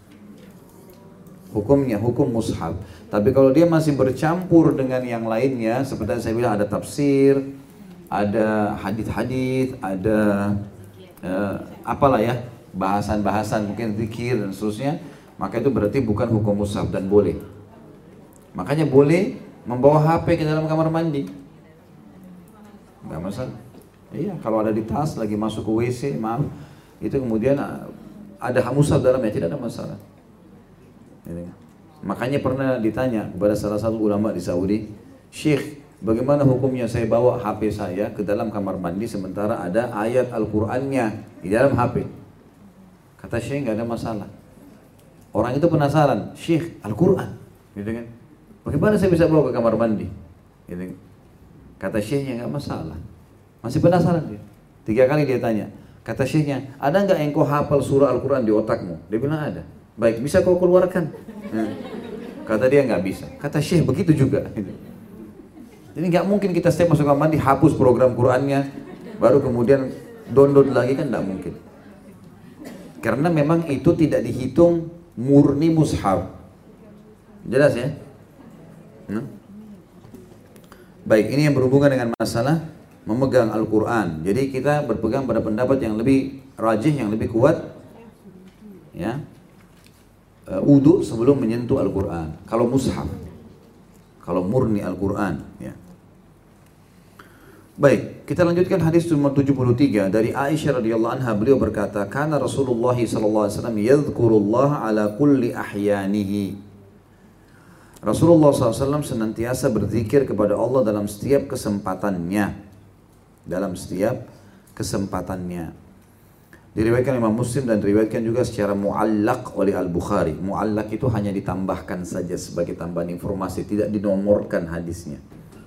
Speaker 1: Hukumnya hukum mushaf. Tapi kalau dia masih bercampur dengan yang lainnya, seperti yang saya bilang ada tafsir, ada hadis-hadis, ada uh, apalah ya, bahasan-bahasan mungkin zikir dan seterusnya, maka itu berarti bukan hukum mushaf dan boleh. Makanya boleh membawa H P ke dalam kamar mandi. Nggak masalah. Iya, kalau ada di tas lagi masuk ke W C, maaf, itu kemudian ada mushaf dalamnya, tidak ada masalah. Ini. Makanya pernah ditanya kepada salah satu ulama di Saudi, Syekh, bagaimana hukumnya saya bawa H P saya ke dalam kamar mandi sementara ada ayat Al-Qur'annya di dalam H P? Kata Syekh nggak ada masalah. Orang itu penasaran, Syekh Al-Quran, gitu kan? Bagaimana saya bisa bawa ke kamar mandi? Gitu. Kata Syekhnya nggak masalah. Masih penasaran dia. Tiga kali dia tanya. Kata Syekhnya, ada nggak yang kau hafal surah Al-Quran di otakmu? Dia bilang ada. Baik, bisa kau keluarkan? Nah, kata dia nggak bisa. Kata Syekh begitu juga. Jadi nggak mungkin kita setiap masuk kamar mandi hapus program Qurannya, baru kemudian download lagi, kan nggak mungkin. Karena memang itu tidak dihitung murni mushaf. Jelas ya? Hmm? Baik, ini yang berhubungan dengan masalah memegang Al-Quran. Jadi kita berpegang pada pendapat yang lebih rajih, yang lebih kuat, ya, uh, wudu sebelum menyentuh Al-Quran. Kalau mushaf, kalau murni Al-Quran, ya. Baik, kita lanjutkan hadis nomor tujuh puluh tiga dari Aisyah radhiyallahu anha. Beliau berkata, "Kana Rasulullah sallallahu alaihi wasallam yadhkurullah ala kulli ahyanihi." Rasulullah shallallahu alaihi wasallam senantiasa berzikir kepada Allah dalam setiap kesempatannya. Dalam setiap kesempatannya. Diriwayatkan Imam Muslim dan diriwayatkan juga secara muallaq oleh Al-Bukhari. Muallaq itu hanya ditambahkan saja sebagai tambahan informasi, tidak dinomorkan hadisnya.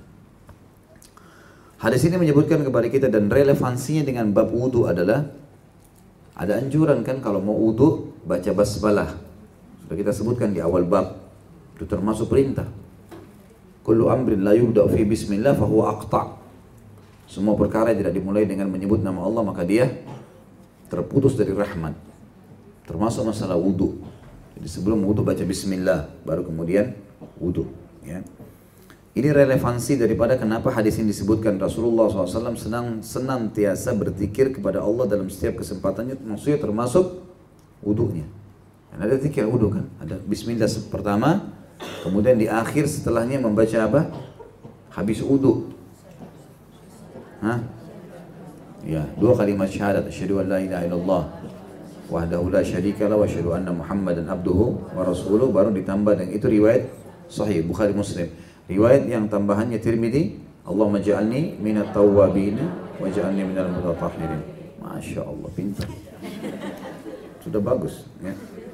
Speaker 1: Hadis ini menyebutkan kepada kita, dan relevansinya dengan bab wudu adalah ada anjuran kan kalau mau wudu baca basmalah. Sudah kita sebutkan di awal bab. Itu termasuk perintah. Kullu amrin la yubda'u fi bismillah fahuwa aqta'. Semua perkara yang tidak dimulai dengan menyebut nama Allah maka dia terputus dari rahmat. Termasuk masalah wudu. Jadi sebelum wudu baca bismillah, baru kemudian wudu. Ya. Ini relevansi daripada kenapa hadis ini disebutkan Rasulullah shallallahu alaihi wasallam senang senantiasa berzikir kepada Allah dalam setiap kesempatannya, maksudnya termasuk wudunya. Dan ada zikir wudu kan, ada bismillah pertama, kemudian di akhir setelahnya membaca apa? Habis wudu. Hah? Ya, dua kalimat syahadat, asyhadu an la ilaha illallah wahdahu la syarikalah wa asyhadu anna Muhammadan abduhu wa rasuluh, baru ditambah dengan itu riwayat sahih Bukhari Muslim. Riwayat yang tambahannya Tirmidzi, Allahumma ja'alni minat tawwabin wa ja'alni minal mutatahhirin. Masya Allah, pintar. Sudah bagus ya.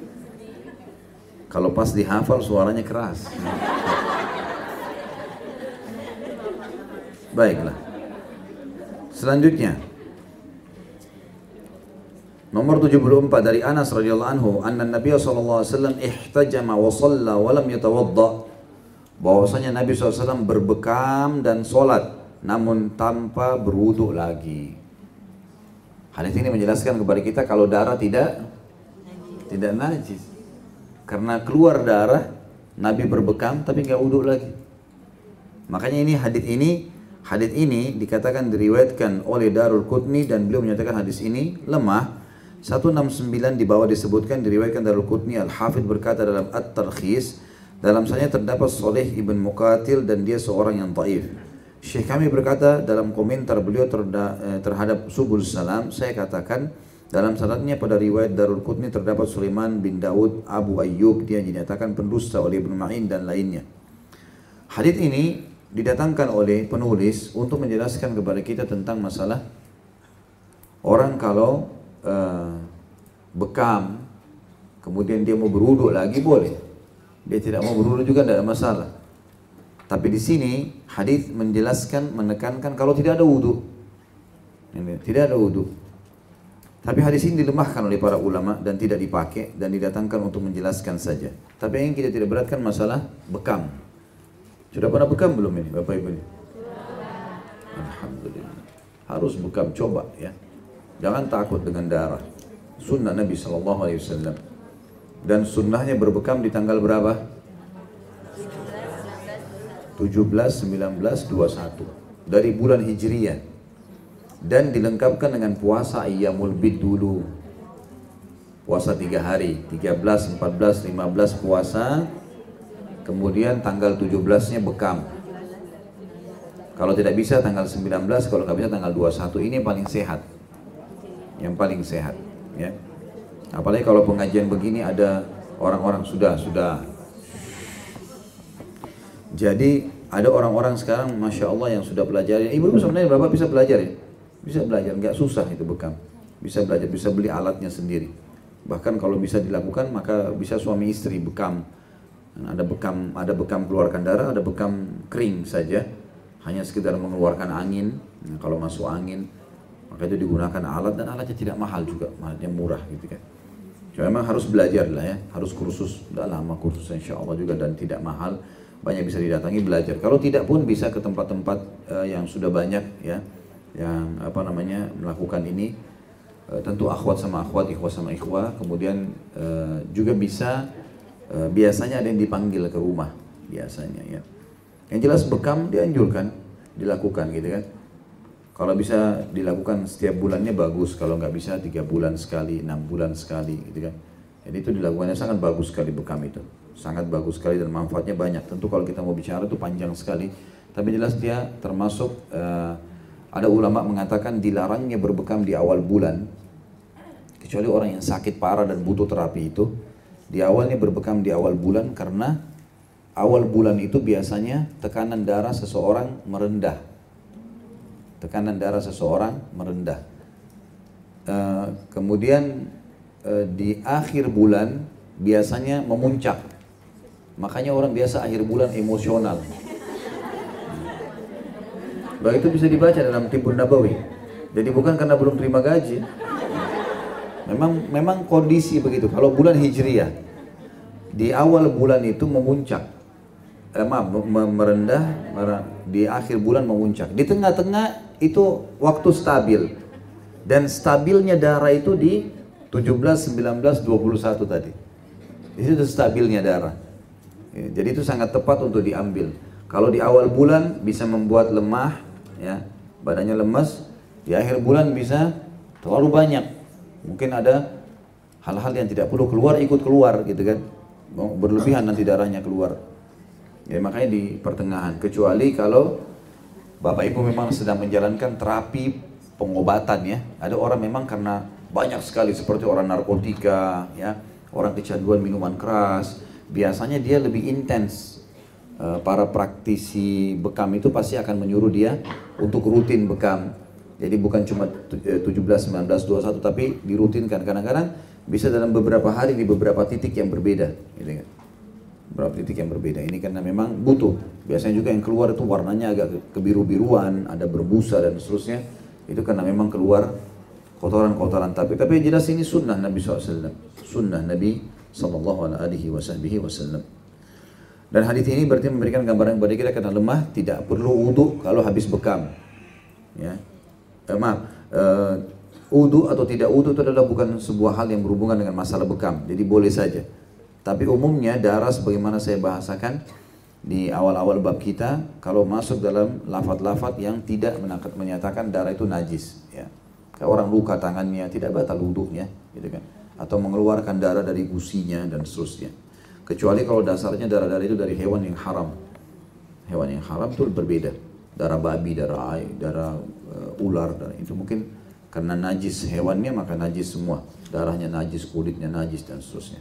Speaker 1: Kalau pas dihafal suaranya keras. Baiklah. Selanjutnya nomor tujuh puluh empat dari Anas radhiyallahu anhu, anna Nabi sallallahu alaihi wasallam ihtajama wa shalla wa lam yatawadda. Bahwasanya Nabi shallallahu alaihi wasallam berbekam dan sholat namun tanpa berwudu lagi. Hadis ini menjelaskan kepada kita kalau darah tidak tidak najis. Karena keluar darah, Nabi berbekam tapi nggak wudu lagi. Makanya ini hadis ini hadis ini dikatakan diriwayatkan oleh Darul Qutni dan beliau menyatakan hadis ini lemah. seratus enam puluh sembilan di bawah disebutkan diriwayatkan Darul Qutni. Al-Hafidh berkata dalam At-Tarkhis, dalam sanadnya terdapat Saleh ibn Muqatil dan dia seorang yang dhaif. Syekh kami berkata dalam komentar beliau terda, eh, terhadap Subul Salam, saya katakan dalam sanadnya pada riwayat Darul Qutni terdapat Sulaiman bin Daud Abu Ayyub, dia dinyatakan pendusta oleh Ibnu Ma'in dan lainnya. Hadits ini didatangkan oleh penulis untuk menjelaskan kepada kita tentang masalah orang kalau uh, bekam kemudian dia mau berwudu lagi boleh, dia tidak mau berwudu juga tidak ada masalah. Tapi di sini hadis menjelaskan, menekankan kalau tidak ada wudu, tidak ada wudu. Tapi hadis ini dilemahkan oleh para ulama dan tidak dipakai dan didatangkan untuk menjelaskan saja. Tapi yang kita tidak beratkan masalah bekam. Sudah pernah bekam belum ini Bapak Ibu? Alhamdulillah. Harus bekam, coba ya. Jangan takut dengan darah. Sunnah Nabi shallallahu alaihi wasallam. Dan sunnahnya berbekam di tanggal berapa? tujuh belas, sembilan belas, dua puluh satu dari bulan Hijriyah. Dan dilengkapkan dengan puasa Ayyamul Bid dulu. Puasa tiga hari, tiga belas, empat belas, lima belas puasa. Kemudian tanggal tujuh belas-nya bekam. Kalau tidak bisa tanggal sembilan belas, kalau nggak bisa tanggal dua puluh satu. Ini yang paling sehat. Yang paling sehat, ya. Apalagi kalau pengajian begini ada orang-orang sudah sudah. Jadi ada orang-orang sekarang, masya Allah yang sudah belajar. Ibu sebenarnya bapak bisa belajar ya, bisa belajar, nggak susah itu bekam. Bisa belajar, bisa beli alatnya sendiri. Bahkan kalau bisa dilakukan maka bisa suami istri bekam. Ada bekam, ada bekam keluarkan darah, ada bekam kering saja. Hanya sekedar mengeluarkan angin. Nah, kalau masuk angin, maka itu digunakan alat dan alatnya tidak mahal juga, alatnya murah gitu kan. Cuma memang harus belajar lah ya, harus kursus, udah lama kursus insya Allah juga dan tidak mahal, banyak bisa didatangi belajar. Kalau tidak pun bisa ke tempat-tempat uh, yang sudah banyak ya, yang apa namanya melakukan ini. Uh, tentu akhwat sama akhwat, ikhwah sama ikhwah, kemudian uh, juga bisa uh, biasanya ada yang dipanggil ke rumah biasanya ya. Yang jelas bekam dianjurkan dilakukan gitu kan. Kalau bisa dilakukan setiap bulannya bagus, kalau nggak bisa tiga bulan sekali, enam bulan sekali gitu kan. Jadi itu dilakukannya sangat bagus sekali bekam itu. Sangat bagus sekali dan manfaatnya banyak. Tentu kalau kita mau bicara itu panjang sekali. Tapi jelas dia termasuk, uh, ada ulama mengatakan dilarangnya berbekam di awal bulan. Kecuali orang yang sakit parah dan butuh terapi itu. Di awalnya berbekam di awal bulan karena awal bulan itu biasanya tekanan darah seseorang merendah. Tekanan darah seseorang merendah. Uh, kemudian uh, di akhir bulan biasanya memuncak. Makanya orang biasa akhir bulan emosional. Bahwa itu bisa dibaca dalam Tibbun Nabawi. Jadi bukan karena belum terima gaji. Memang memang kondisi begitu. Kalau bulan Hijriah di awal bulan itu memuncak. Eh, maaf, merendah, di akhir bulan memuncak. Di tengah-tengah itu waktu stabil. Dan stabilnya darah itu di tujuh belas, sembilan belas, dua puluh satu tadi. Di situ stabilnya darah. Jadi itu sangat tepat untuk diambil. Kalau di awal bulan bisa membuat lemah, ya, badannya lemas. Di akhir bulan bisa terlalu banyak. Mungkin ada hal-hal yang tidak perlu keluar ikut keluar gitu kan. Berlebihan nanti darahnya keluar. Ya makanya di pertengahan. Kecuali kalau Bapak Ibu memang sedang menjalankan terapi pengobatan ya. Ada orang memang karena banyak sekali seperti orang narkotika, ya, orang kecanduan minuman keras. Biasanya dia lebih intens. Para praktisi bekam itu pasti akan menyuruh dia untuk rutin bekam. Jadi bukan cuma tujuh belas, sembilan belas, dua puluh satu tapi dirutinkan. Kadang-kadang bisa dalam beberapa hari di beberapa titik yang berbeda. Gitu kan. Beberapa titik yang berbeda. Ini karena memang butuh. Biasanya juga yang keluar itu warnanya agak kebiru-biruan, ada berbusa dan seterusnya. Itu karena memang keluar kotoran-kotoran. Tapi tapi jelas ini sunnah Nabi shallallahu alaihi wasallam. Sunnah Nabi shallallahu alaihi wasallam. Dan hadis ini berarti memberikan gambaran kepada kita karena lemah tidak perlu wudu kalau habis bekam. Ya. Eh, maaf, eh, wudu atau tidak wudu itu adalah bukan sebuah hal yang berhubungan dengan masalah bekam. Jadi boleh saja. Tapi umumnya darah sebagaimana saya bahasakan di awal-awal bab kita, kalau masuk dalam lafaz-lafaz yang tidak menyatakan darah itu najis, ya. Kayak orang luka tangannya tidak batal wudunya, gitu kan? Atau mengeluarkan darah dari gusinya dan seterusnya. Kecuali kalau dasarnya darah-darah itu dari hewan yang haram. Hewan yang haram itu berbeda. Darah babi, darah ayam, darah uh, ular, darah itu mungkin karena najis hewannya maka najis semua. Darahnya najis, kulitnya najis dan seterusnya.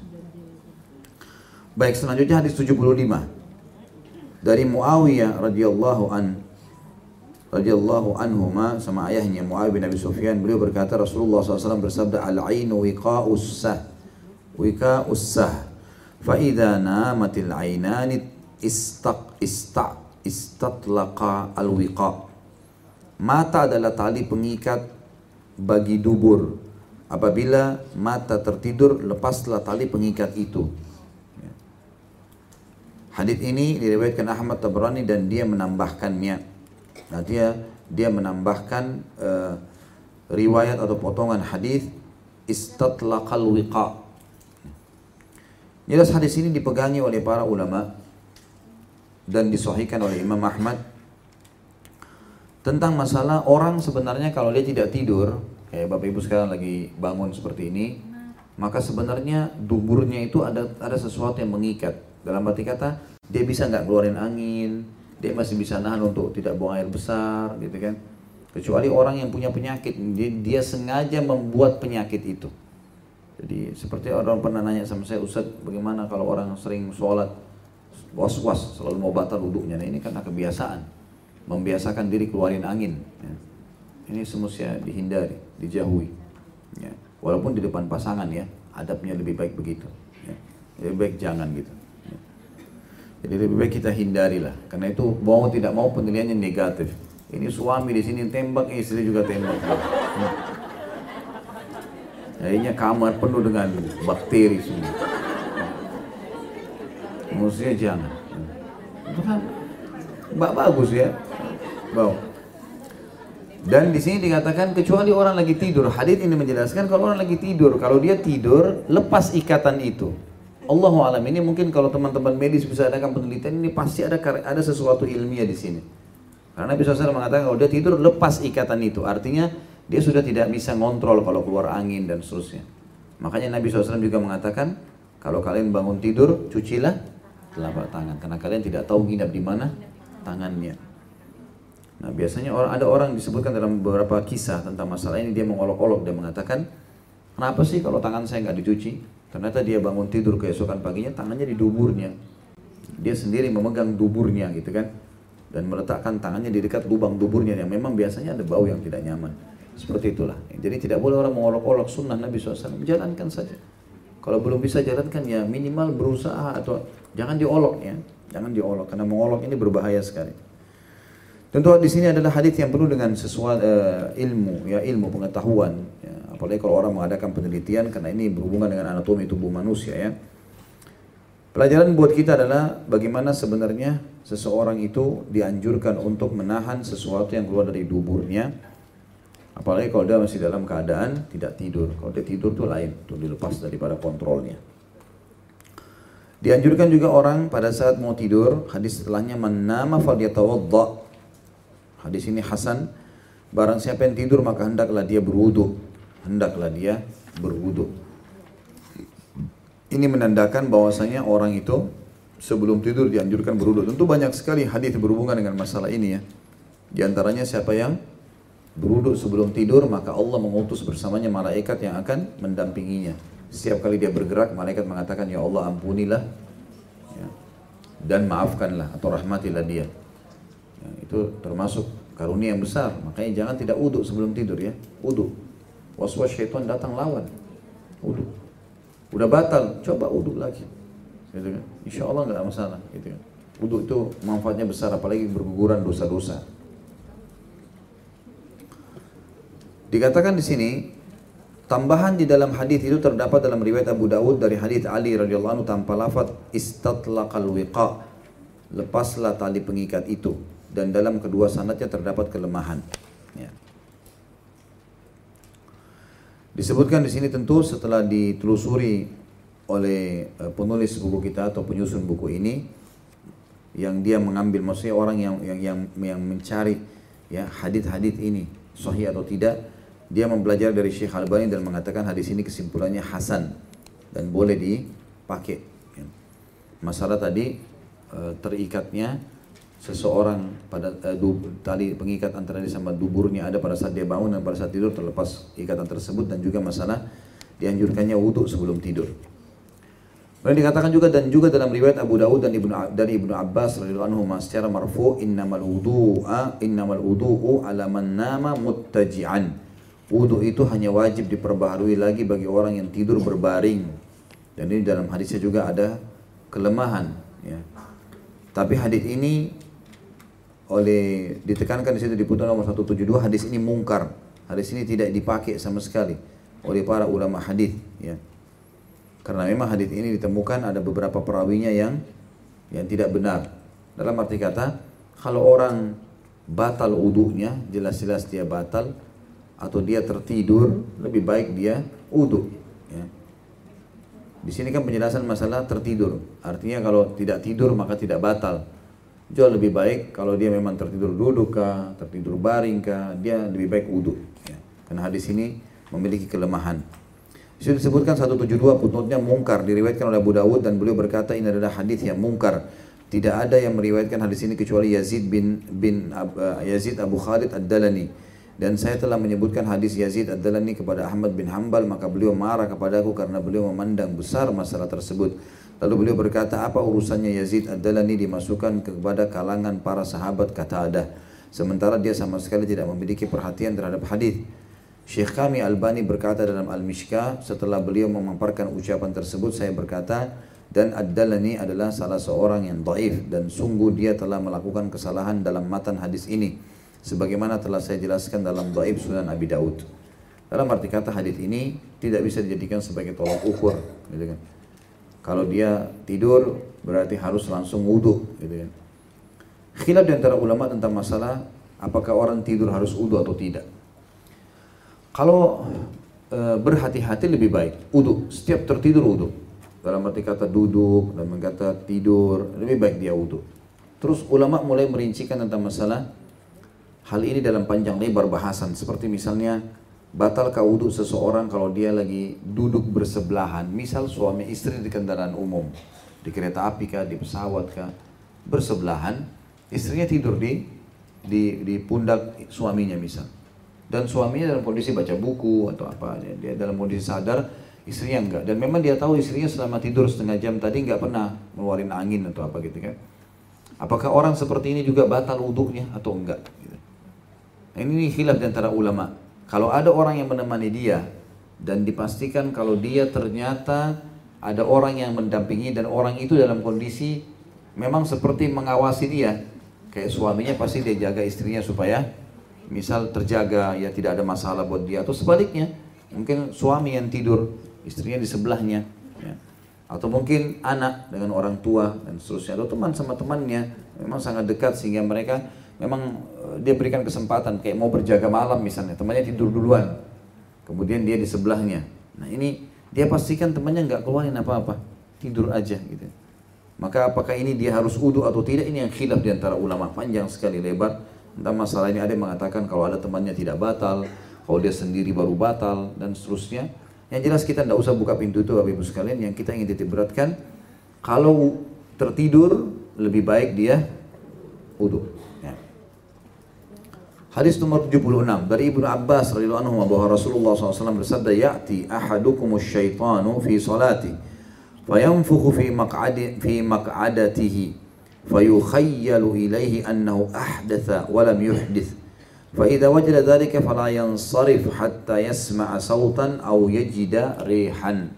Speaker 1: Baik, selanjutnya hadis tujuh puluh lima. Dari Muawiyah radhiyallahu an radhiyallahu anhuma sama ayahnya Muawiyah bin Abi Sufyan, beliau berkata Rasulullah shallallahu alaihi wasallam bersabda al-ainu wiqa'us sah wiqa'us sah fa idza namatil ainani istaq ista istatlaqa al-wiqa. Mata adalah tali pengikat bagi dubur. Apabila mata tertidur, lepaslah tali pengikat itu. Hadits ini diriwayatkan Ahmad Tabrani dan dia menambahkannya. Nah, dia dia menambahkan uh, riwayat atau potongan hadis istatlaqal wiqa. Jelas hadis ini dipegangi oleh para ulama dan disahihkan oleh Imam Ahmad tentang masalah orang sebenarnya kalau dia tidak tidur, kayak Bapak Ibu sekarang lagi bangun seperti ini, maka sebenarnya duburnya itu ada ada sesuatu yang mengikat. Dalam arti kata, dia bisa nggak keluarin angin, dia masih bisa nahan untuk tidak buang air besar, gitu kan. Kecuali orang yang punya penyakit, dia, dia sengaja membuat penyakit itu. Jadi seperti orang pernah nanya sama saya, Ustaz, bagaimana kalau orang sering sholat was-was, selalu mau batal wuduknya. Nah, ini karena kebiasaan, membiasakan diri keluarin angin. Ya. Ini semestinya dihindari, dijauhi. Ya. Walaupun di depan pasangan ya, adabnya lebih baik begitu. Ya. Lebih baik jangan gitu. Ya. Jadi lebih baik kita hindarilah, karena itu mau tidak mau penilaiannya negatif. Ini suami di sini tembak, istri juga tembak. Ya. Akhirnya kamar penuh dengan bakteri semua. Maksudnya jangan. Itu kan bagus ya. Bau. Dan di sini dikatakan kecuali orang lagi tidur. Hadits ini menjelaskan kalau orang lagi tidur, kalau dia tidur lepas ikatan itu. Allahu a'lam, ini mungkin kalau teman-teman medis bisa adakan penelitian, ini pasti ada ada sesuatu ilmiah di sini. Karena Nabi shallallahu alaihi wasallam mengatakan kalau dia tidur lepas ikatan itu, artinya dia sudah tidak bisa ngontrol kalau keluar angin dan seterusnya. Makanya Nabi shallallahu alaihi wasallam juga mengatakan kalau kalian bangun tidur cucilah telapak tangan, karena kalian tidak tahu nginap di mana tangannya. Nah biasanya orang, ada orang disebutkan dalam beberapa kisah tentang masalah ini, dia mengolok-olok dan mengatakan, kenapa sih kalau tangan saya nggak dicuci? Ternyata dia bangun tidur keesokan paginya tangannya di duburnya. Dia sendiri memegang duburnya gitu kan, dan meletakkan tangannya di dekat lubang duburnya yang memang biasanya ada bau yang tidak nyaman. Seperti itulah. Jadi tidak boleh orang mengolok-olok sunnah Nabi shallallahu alaihi wasallam. Jalankan saja. Kalau belum bisa jalankan ya minimal berusaha, atau jangan diolok ya, jangan diolok karena mengolok ini berbahaya sekali. Tentu di sini adalah hadis yang penuh dengan sesuatu uh, ilmu, ya ilmu pengetahuan. Ya. Apalagi kalau orang mengadakan penelitian, karena ini berhubungan dengan anatomi tubuh manusia ya. Pelajaran buat kita adalah bagaimana sebenarnya seseorang itu dianjurkan untuk menahan sesuatu yang keluar dari duburnya. Apalagi kalau dia masih dalam keadaan tidak tidur. Kalau dia tidur itu lain, itu dilepas daripada kontrolnya. Dianjurkan juga orang pada saat mau tidur, hadis setelahnya man nama falyatawadda. Hadis ini hasan. Barang siapa yang tidur maka hendaklah dia berwudu. Hendaklah dia berwudu. Ini menandakan bahwasanya orang itu sebelum tidur dianjurkan berwudu. Tentu banyak sekali hadis berhubungan dengan masalah ini ya. Di antaranya siapa yang berwudu sebelum tidur maka Allah mengutus bersamanya malaikat yang akan mendampinginya. Setiap kali dia bergerak malaikat mengatakan ya Allah ampunilah ya, dan maafkanlah atau rahmatilah dia. Ya, itu termasuk karunia yang besar. Makanya jangan tidak wudu sebelum tidur ya. Wudu. Was-was syaitan datang lawan. Wudu. Udah batal, coba wudu lagi. Gitu kan? Insya Allah nggak masalah. Gitu kan? Wudu itu manfaatnya besar, apalagi berguguran dosa-dosa. Dikatakan di sini tambahan di dalam hadis itu terdapat dalam riwayat Abu Dawud dari hadis Ali radhiyallahu anhu tanpa lafaz istatlaqal wiqa. Lepaslah tali pengikat itu. Dan dalam kedua sanadnya terdapat kelemahan. Ya. Disebutkan di sini tentu setelah ditelusuri oleh penulis buku kita atau penyusun buku ini, yang dia mengambil, maksudnya orang yang yang yang, yang mencari ya hadits-hadits ini sahih atau tidak, dia mempelajari dari Syekh Albani dan mengatakan hadis ini kesimpulannya hasan dan boleh dipakai. Ya. Masalah tadi terikatnya seseorang pada uh, tali pengikat antara dia sama duburnya ada pada saat dia bangun dan pada saat tidur terlepas ikatan tersebut, dan juga masalah dianjurkannya wudu sebelum tidur. Kemudian dikatakan juga dan juga dalam riwayat Abu Dawud dan Ibnu dari Ibnu Abbas radhiyallahu anhu secara marfu innamal wudu'a innamal wudu'u ala man nama muttaji'an. Wudu itu hanya wajib diperbaharui lagi bagi orang yang tidur berbaring. Dan ini dalam hadisnya juga ada kelemahan ya. Tapi hadis ini oleh ditekankan di situ di putaran nomor seratus tujuh puluh dua, hadis ini mungkar. Hadis ini tidak dipakai sama sekali oleh para ulama hadis ya. Karena memang hadis ini ditemukan ada beberapa perawinya yang yang tidak benar. Dalam arti kata, kalau orang batal wudunya, jelas-jelas dia batal, atau dia tertidur, lebih baik dia wudu ya. Di sini kan penjelasan masalah tertidur. Artinya kalau tidak tidur maka tidak batal. Jauh lebih baik kalau dia memang tertidur duduk kah, tertidur baring kah, dia lebih baik wudu. Ya. Karena hadis ini memiliki kelemahan. Disitu disebutkan seratus tujuh puluh dua putnotnya mungkar, diriwayatkan oleh Abu Dawud dan beliau berkata ini adalah hadis yang mungkar. Tidak ada yang meriwayatkan hadis ini kecuali Yazid bin bin uh, Yazid Abu Khalid Ad-Dalani. Dan saya telah menyebutkan hadis Yazid Ad-Dalani kepada Ahmad bin Hanbal, maka beliau marah kepadaku karena beliau memandang besar masalah tersebut. Lalu beliau berkata, apa urusannya Yazid Ad-Dalani dimasukkan kepada kalangan para sahabat Qatadah, sementara dia sama sekali tidak memiliki perhatian terhadap hadis. Syekh kami Albani berkata dalam Al-Mishkah, setelah beliau memaparkan ucapan tersebut, saya berkata, dan Ad-Dallani adalah salah seorang yang dhaif dan sungguh dia telah melakukan kesalahan dalam matan hadis ini, sebagaimana telah saya jelaskan dalam Dhaif Sunan Abi Daud. Dalam arti kata hadis ini tidak bisa dijadikan sebagai tolak ukur, gitu kan. Kalau dia tidur berarti harus langsung wudu, gitu kan. Khilaf di antara ulama tentang masalah apakah orang tidur harus wudu atau tidak. Kalau e, berhati-hati lebih baik wudu, setiap tertidur wudu. Dalam arti kata duduk, dalam arti kata tidur, lebih baik dia wudu. Terus ulama mulai merincikan tentang masalah hal ini dalam panjang lebar bahasan. Seperti misalnya, batalkah wudu seseorang kalau dia lagi duduk bersebelahan. Misal suami istri di kendaraan umum, di kereta api kah, di pesawat kah, bersebelahan, istrinya tidur di di, di pundak suaminya misal. Dan suaminya dalam kondisi baca buku atau apa, dia dalam kondisi sadar, istrinya enggak. Dan memang dia tahu istrinya selama tidur setengah jam tadi enggak pernah ngeluarin angin atau apa gitu kan. Apakah orang seperti ini juga batal wudhunya atau enggak? Gitu. Ini khilaf di antara ulama. Kalau ada orang yang menemani dia dan dipastikan kalau dia ternyata ada orang yang mendampingi dan orang itu dalam kondisi memang seperti mengawasi dia, kayak suaminya pasti dia jaga istrinya supaya misal terjaga, ya tidak ada masalah buat dia, atau sebaliknya mungkin suami yang tidur istrinya di sebelahnya, ya. Atau mungkin anak dengan orang tua dan seterusnya, atau teman sama temannya memang sangat dekat sehingga mereka memang dia berikan kesempatan kayak mau berjaga malam misalnya, temannya tidur duluan kemudian dia di sebelahnya. Nah ini dia pastikan temannya nggak keluarin apa-apa, tidur aja gitu. Maka apakah ini dia harus wudu atau tidak, ini yang khilaf di antara ulama, panjang sekali lebar tentang masalah ini. Ada yang mengatakan kalau ada temannya tidak batal, kalau dia sendiri baru batal dan seterusnya. Yang jelas kita tidak usah buka pintu itu Bapak Ibu sekalian. Yang kita ingin titik beratkan, kalau tertidur lebih baik dia wudu, ya. Hadis nomor tujuh puluh enam dari Ibnu Abbas radhiyallahu anhu bahwa Rasulullah shallallahu alaihi wasallam bersabda, "Ya'ti ahadukumus syaitanu fi salati, fayanfukhu fi maq'adi fi maq'adatihi, fayukhayyalu ilaihi annahu ahdatha wa lam yuhdith. Fa idza wajada dhalika fala yansarif hatta yasma'a sautan aw yajida rihan."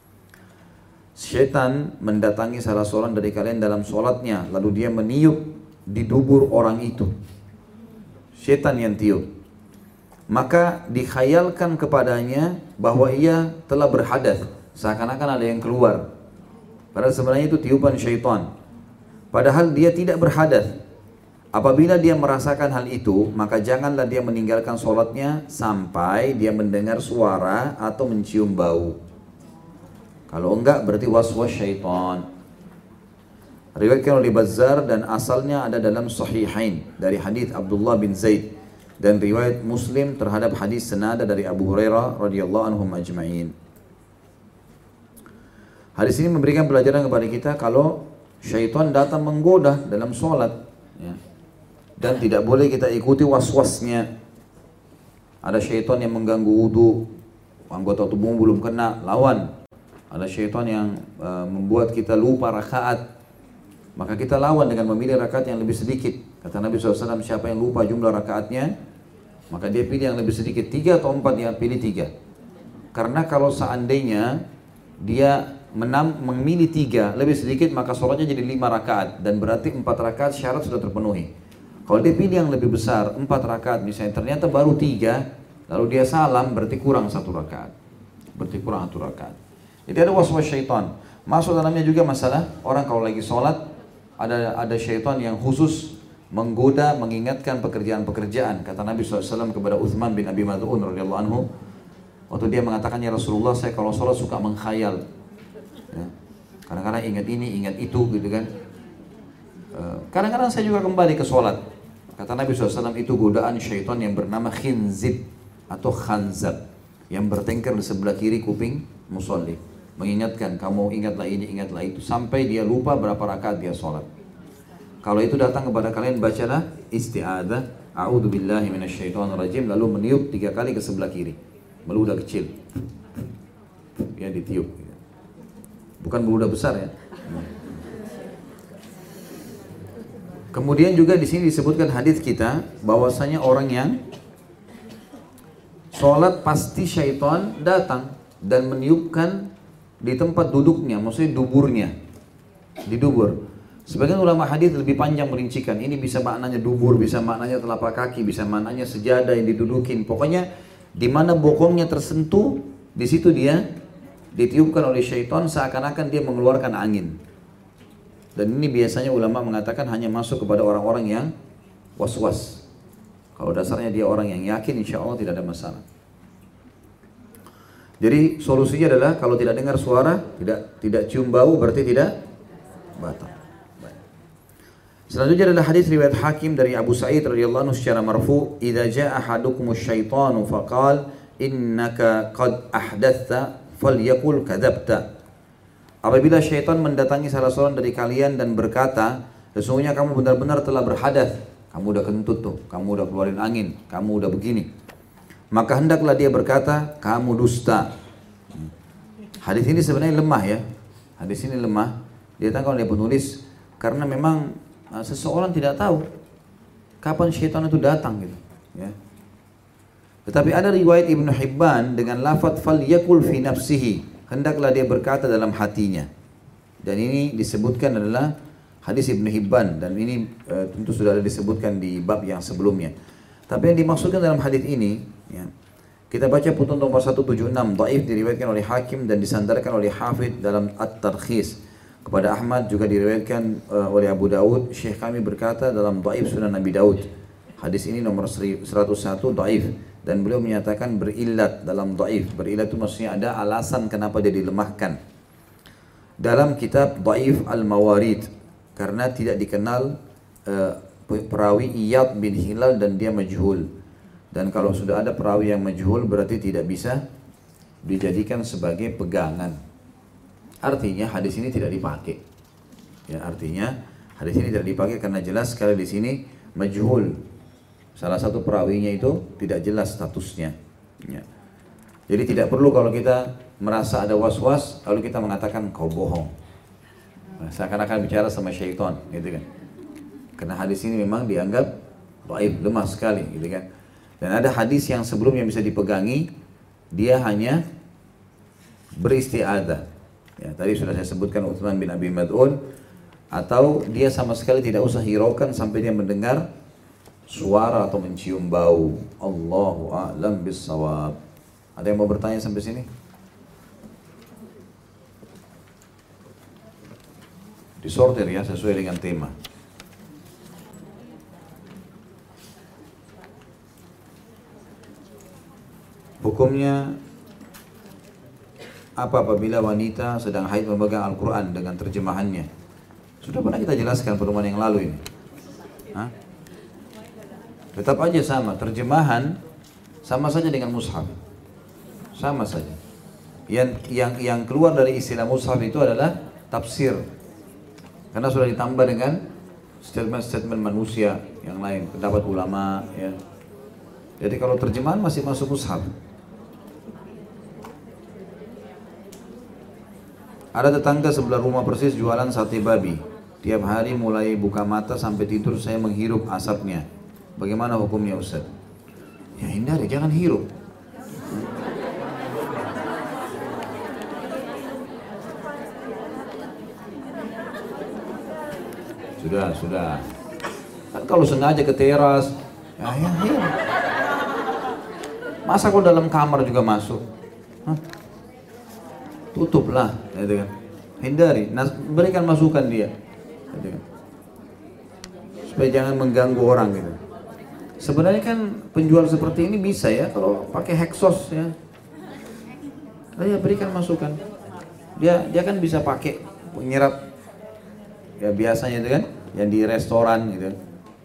Speaker 1: Syaitan mendatangi salah seorang dari kalian dalam sholatnya, lalu dia meniup di dubur orang itu. Syaitan yang tiup. Maka dikhayalkan kepadanya bahwa ia telah berhadas, seakan-akan ada yang keluar. Padahal sebenarnya itu tiupan syaitan. Padahal dia tidak berhadas. Apabila dia merasakan hal itu, maka janganlah dia meninggalkan sholatnya sampai dia mendengar suara atau mencium bau. Kalau enggak berarti waswas syaitan. Riwayatkan oleh Bazzar dan asalnya ada dalam Sahihain dari hadis Abdullah bin Zaid, dan riwayat Muslim terhadap hadis senada dari Abu Hurairah radhiyallahu anhum ajma'in. Hadis ini memberikan pelajaran kepada kita kalau syaitan datang menggoda dalam sholat, ya. Dan tidak boleh kita ikuti waswasnya. Ada syaitan yang mengganggu wudu, anggota tubuh belum kena, lawan. Ada syaitan yang uh, membuat kita lupa rakaat, maka kita lawan dengan memilih rakaat yang lebih sedikit. Kata Nabi shallallahu alaihi wasallam, siapa yang lupa jumlah rakaatnya, maka dia pilih yang lebih sedikit, tiga atau empat, dia pilih tiga. Karena kalau seandainya dia menam, memilih tiga lebih sedikit, maka sholatnya jadi lima rakaat, dan berarti empat rakaat syarat sudah terpenuhi. Kalau dia pilih yang lebih besar, empat rakaat misalnya, ternyata baru tiga, lalu dia salam, berarti kurang satu rakaat, berarti kurang satu rakaat. Jadi ada waswas syaitan. Masuk dalamnya juga masalah orang kalau lagi sholat, ada ada syaitan yang khusus menggoda, mengingatkan pekerjaan-pekerjaan. Kata Nabi shallallahu alaihi wasallam kepada Uthman bin Abi Mad'un radhiyallahu anhu, waktu dia mengatakan, ya Rasulullah, saya kalau sholat suka mengkhayal, ya. Kadang-kadang ingat ini, ingat itu gitu kan. Kadang-kadang saya juga kembali ke sholat. Kata Nabi shallallahu alaihi wasallam, itu godaan syaitan yang bernama khinzib atau khanzab, yang bertengkar di sebelah kiri kuping musolli, mengingatkan, kamu ingatlah ini, ingatlah itu, sampai dia lupa berapa rakaat dia sholat. Kalau itu datang kepada kalian, bacalah isti'adzah, a'udzu billahi minasyaitonir rajim, lalu meniup tiga kali ke sebelah kiri, meludah kecil, ya ditiup, bukan meludah besar ya. Kemudian juga di sini disebutkan hadis kita bahwasanya orang yang sholat pasti syaitan datang dan meniupkan di tempat duduknya, maksudnya duburnya, di dubur. Sebagian ulama hadis lebih panjang merincikan, ini bisa maknanya dubur, bisa maknanya telapak kaki, bisa maknanya sejadah yang didudukin. Pokoknya di mana bokongnya tersentuh, di situ dia ditiupkan oleh syaitan seakan-akan dia mengeluarkan angin. Dan ini biasanya ulama mengatakan hanya masuk kepada orang-orang yang was-was. Kalau dasarnya dia orang yang yakin, insya Allah tidak ada masalah. Jadi solusinya adalah kalau tidak dengar suara, tidak tidak cium bau, berarti tidak batal. Selanjutnya adalah hadis riwayat Hakim dari Abu Sa'id radhiyallahu anhu secara marfu, "Idza jaa ahadukumus syaitanu faqala innaka qad ahdatsa falyaqul kadzabta." Apabila syaitan mendatangi salah seorang dari kalian dan berkata, sesungguhnya kamu benar-benar telah berhadas, kamu udah kentut tuh, kamu udah keluarin angin, kamu udah begini, maka hendaklah dia berkata, kamu dusta. Hadis ini sebenarnya lemah ya, hadis ini lemah, didatangkan oleh penulis karena memang seseorang tidak tahu kapan syaitan itu datang gitu ya. Tetapi ada riwayat Ibnu Hibban dengan lafadz falyakul fi nafsihi, hendaklah dia berkata dalam hatinya. Dan ini disebutkan adalah hadis Ibnu Hibban, dan ini e, tentu sudah ada disebutkan di bab yang sebelumnya. Tapi yang dimaksudkan dalam hadis ini ya, kita baca putun nomor seratus tujuh puluh enam, dhaif, diriwayatkan oleh Hakim dan disandarkan oleh Hafidz dalam At-Tarkhis. Kepada Ahmad juga diriwayatkan uh, oleh Abu Daud. Syekh kami berkata dalam dhaif Sunan Nabi Daud, hadis ini nomor seratus satu dhaif, dan beliau menyatakan berillat dalam dhaif. Berillat itu maksudnya ada alasan kenapa dia dilemahkan dalam kitab Dhaif Al-Mawarid, karena tidak dikenal uh, perawi Iyad bin Hilal dan dia majhul. Dan kalau sudah ada perawi yang majhul berarti tidak bisa dijadikan sebagai pegangan. Artinya hadis ini tidak dipakai. Ya, artinya hadis ini tidak dipakai karena jelas sekali di sini majhul. Salah satu perawinya itu tidak jelas statusnya. Ya. Jadi tidak perlu kalau kita merasa ada was-was lalu kita mengatakan kau bohong. Nah, seakan-akan bicara sama syaitan, gitu kan? Karena hadis ini memang dianggap dhaif, lemah sekali, gitu kan? Dan ada hadis yang sebelumnya bisa dipegangi, dia hanya beristi'adzah. Ya, tadi sudah saya sebutkan Utsman bin Abi Mad'un, atau dia sama sekali tidak usah hiraukan sampai dia mendengar suara atau mencium bau. Allahu a'lam bissawab. Ada yang mau bertanya sampai sini? Disortir ya sesuai dengan tema. Hukumnya apa apabila wanita sedang haid memegang Al-Quran dengan terjemahannya? Sudah pernah kita jelaskan pertemuan yang lalu ini. Hah? Tetap aja sama, terjemahan sama saja dengan mushaf. Sama saja. Yang yang yang keluar dari istilah mushaf itu adalah tafsir. Karena sudah ditambah dengan statement-statement manusia yang lain, pendapat ulama ya. Jadi kalau terjemahan masih masuk mushaf. Ada tetangga sebelah rumah persis jualan sate babi. Tiap hari mulai buka mata sampai tidur saya menghirup asapnya. Bagaimana hukumnya Ustaz? Ya hindari, jangan hirup. Sudah, sudah. Kan kalau sengaja ke teras, ya ya, ya. Masa kalau dalam kamar juga masuk? Hah? Tutuplah, gitu kan. Hindari, berikan masukan dia, gitu kan. Supaya jangan mengganggu orang gitu. Sebenarnya kan penjual seperti ini bisa ya kalau pakai heksos ya. Oh ya, berikan masukan. Dia dia kan bisa pakai penyerap ya biasanya itu kan yang di restoran gitu.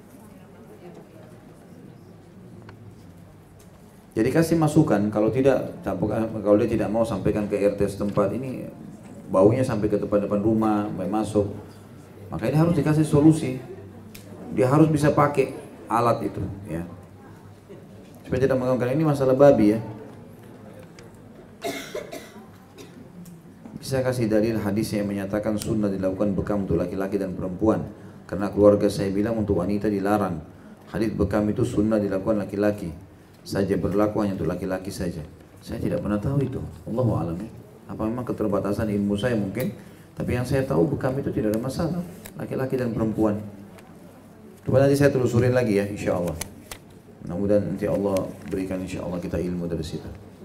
Speaker 1: Jadi kasih masukan, kalau tidak, kalau dia tidak mau sampaikan ke R T setempat ini baunya sampai ke tempat depan rumah, sampai masuk. Maka ini harus dikasih solusi. Dia harus bisa pakai alat itu, ya. Supaya tidak mengganggu. Ini masalah babi ya. Bisa kasih dalil hadis yang menyatakan sunnah dilakukan bekam untuk laki-laki dan perempuan. Karena keluarga saya bilang untuk wanita dilarang. Hadis bekam itu sunnah dilakukan laki-laki. saja, berlaku hanya untuk laki-laki saja. Saya tidak pernah tahu itu. Allahu a'lam. Apa memang keterbatasan ilmu saya mungkin? Tapi yang saya tahu bekam itu tidak ada masalah, laki-laki dan perempuan. Coba nanti saya telusurin lagi ya, insya Allah. Mudah-mudahan nanti Allah berikan insya Allah kita ilmu dari situ.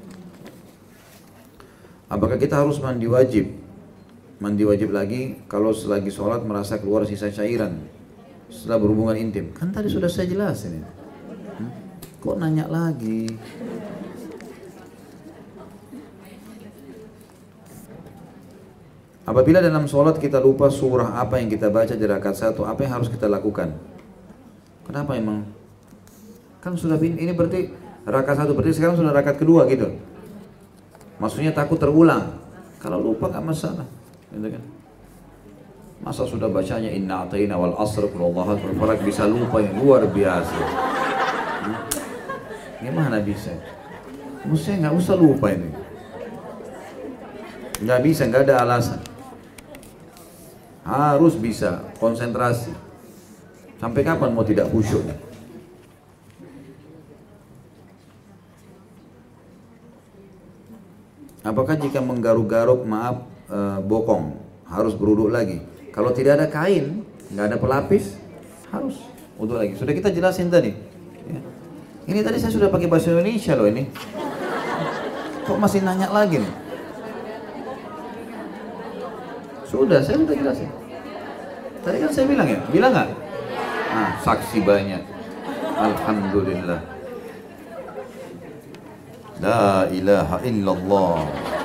Speaker 1: Apakah kita harus mandi wajib? Mandi wajib lagi kalau selagi sholat merasa keluar sisa cairan setelah berhubungan intim. Kan tadi sudah saya jelasin ya. Hmm? Kok nanya lagi? Apabila dalam sholat kita lupa surah apa yang kita baca di rakaat satu, apa yang harus kita lakukan? Kenapa emang? Kan sudah ini berarti rakaat satu, berarti sekarang sudah rakaat kedua gitu. Maksudnya takut terulang. Kalau lupa nggak masalah, gitu kan? Masa sudah bacanya inna ataina wal asr qul huwallahu ahad bisa lupa, yang luar biasa. Hmm? Gimana bisa? Maksudnya nggak usah lupa ini. Nggak bisa, nggak ada alasan. Harus bisa konsentrasi. Sampai kapan mau tidak khusyuk? Apakah jika menggaruk-garuk maaf e, bokong harus berwudu lagi? Kalau tidak ada kain, nggak ada pelapis, harus wudu lagi. Sudah kita jelasin tadi. Ya. Ini tadi saya sudah pakai bahasa Indonesia loh ini. Kok masih nanya lagi nih? Sudah, saya sudah jelasin. Tadi kan saya bilang ya, bilang nggak? Nah, saksi banyak. Alhamdulillah. La ilaha illallah.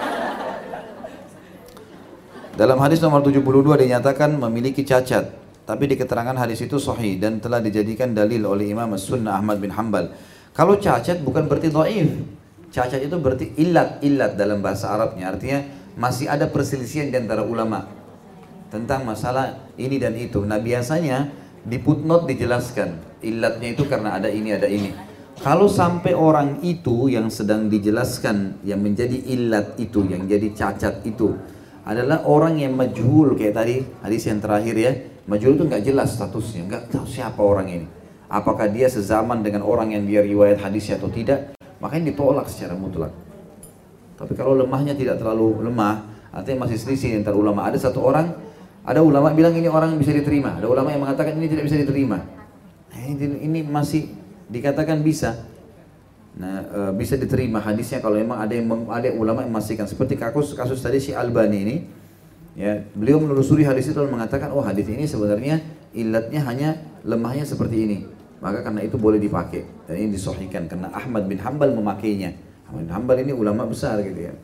Speaker 1: Dalam hadis nomor tujuh puluh dua dinyatakan memiliki cacat, tapi di keterangan hadis itu sahih dan telah dijadikan dalil oleh Imam As-Sunnah Ahmad bin Hanbal. Kalau cacat bukan berarti dhaif. Cacat itu berarti illat, illat dalam bahasa Arabnya, artinya masih ada perselisihan di antara ulama tentang masalah ini dan itu. Nah biasanya di footnote dijelaskan illatnya itu karena ada ini ada ini. Kalau sampai orang itu yang sedang dijelaskan yang menjadi illat itu, yang jadi cacat itu adalah orang yang majhul, kayak tadi hadis yang terakhir ya, majhul itu nggak jelas statusnya, nggak tahu siapa orang ini, apakah dia sezaman dengan orang yang dia riwayat hadisnya atau tidak, makanya ditolak secara mutlak. Tapi kalau lemahnya tidak terlalu lemah, artinya masih selisih antara ulama. Ada satu orang, ada ulama bilang ini orang bisa diterima, ada ulama yang mengatakan ini tidak bisa diterima. Nah, ini, ini masih dikatakan bisa. Nah, e, bisa diterima hadisnya kalau memang ada yang ada ulama yang memastikan. Seperti kasus kasus tadi si Albani ini, ya beliau menelusuri hadis itu dan mengatakan, oh hadis ini sebenarnya illatnya hanya lemahnya seperti ini. Maka karena itu boleh dipakai dan ini disahihkan karena Ahmad bin Hanbal memakainya. Ahmad bin Hanbal ini ulama besar gitu ya.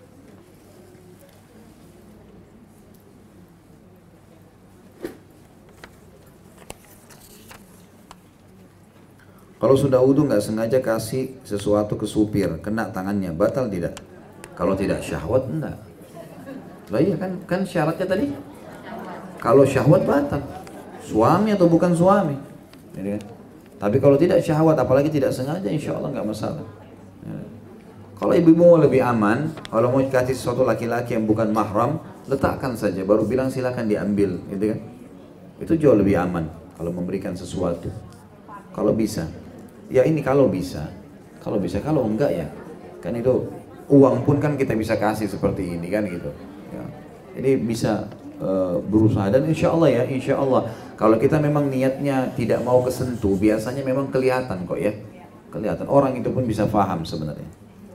Speaker 1: Kalau sudah wudu nggak sengaja kasih sesuatu ke supir, kena tangannya, batal tidak? Kalau tidak syahwat enggak. Lah iya kan, kan syaratnya tadi. Kalau syahwat batal. Suami atau bukan suami. Jadi, tapi kalau tidak syahwat, apalagi tidak sengaja, insya Allah nggak masalah. Ya. Kalau ibu mau lebih aman, kalau mau kasih sesuatu laki-laki yang bukan mahram, letakkan saja, baru bilang silakan diambil, gitu kan? Itu jauh lebih aman kalau memberikan sesuatu. Kalau bisa. Ya ini kalau bisa, kalau bisa, kalau enggak ya kan itu uang pun kan kita bisa kasih seperti ini kan gitu ya. Jadi bisa e, berusaha dan insya Allah ya, insya Allah kalau kita memang niatnya tidak mau kesentuh, biasanya memang kelihatan kok ya, kelihatan, orang itu pun bisa paham sebenarnya.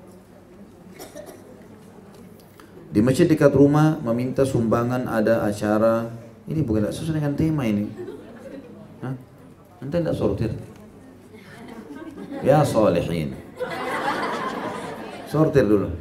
Speaker 1: Di masjid dekat rumah meminta sumbangan, ada acara, ini bukan sesuai dengan tema ini. Hah? Nanti tidak sortir. Ya solehin, sortir dulu.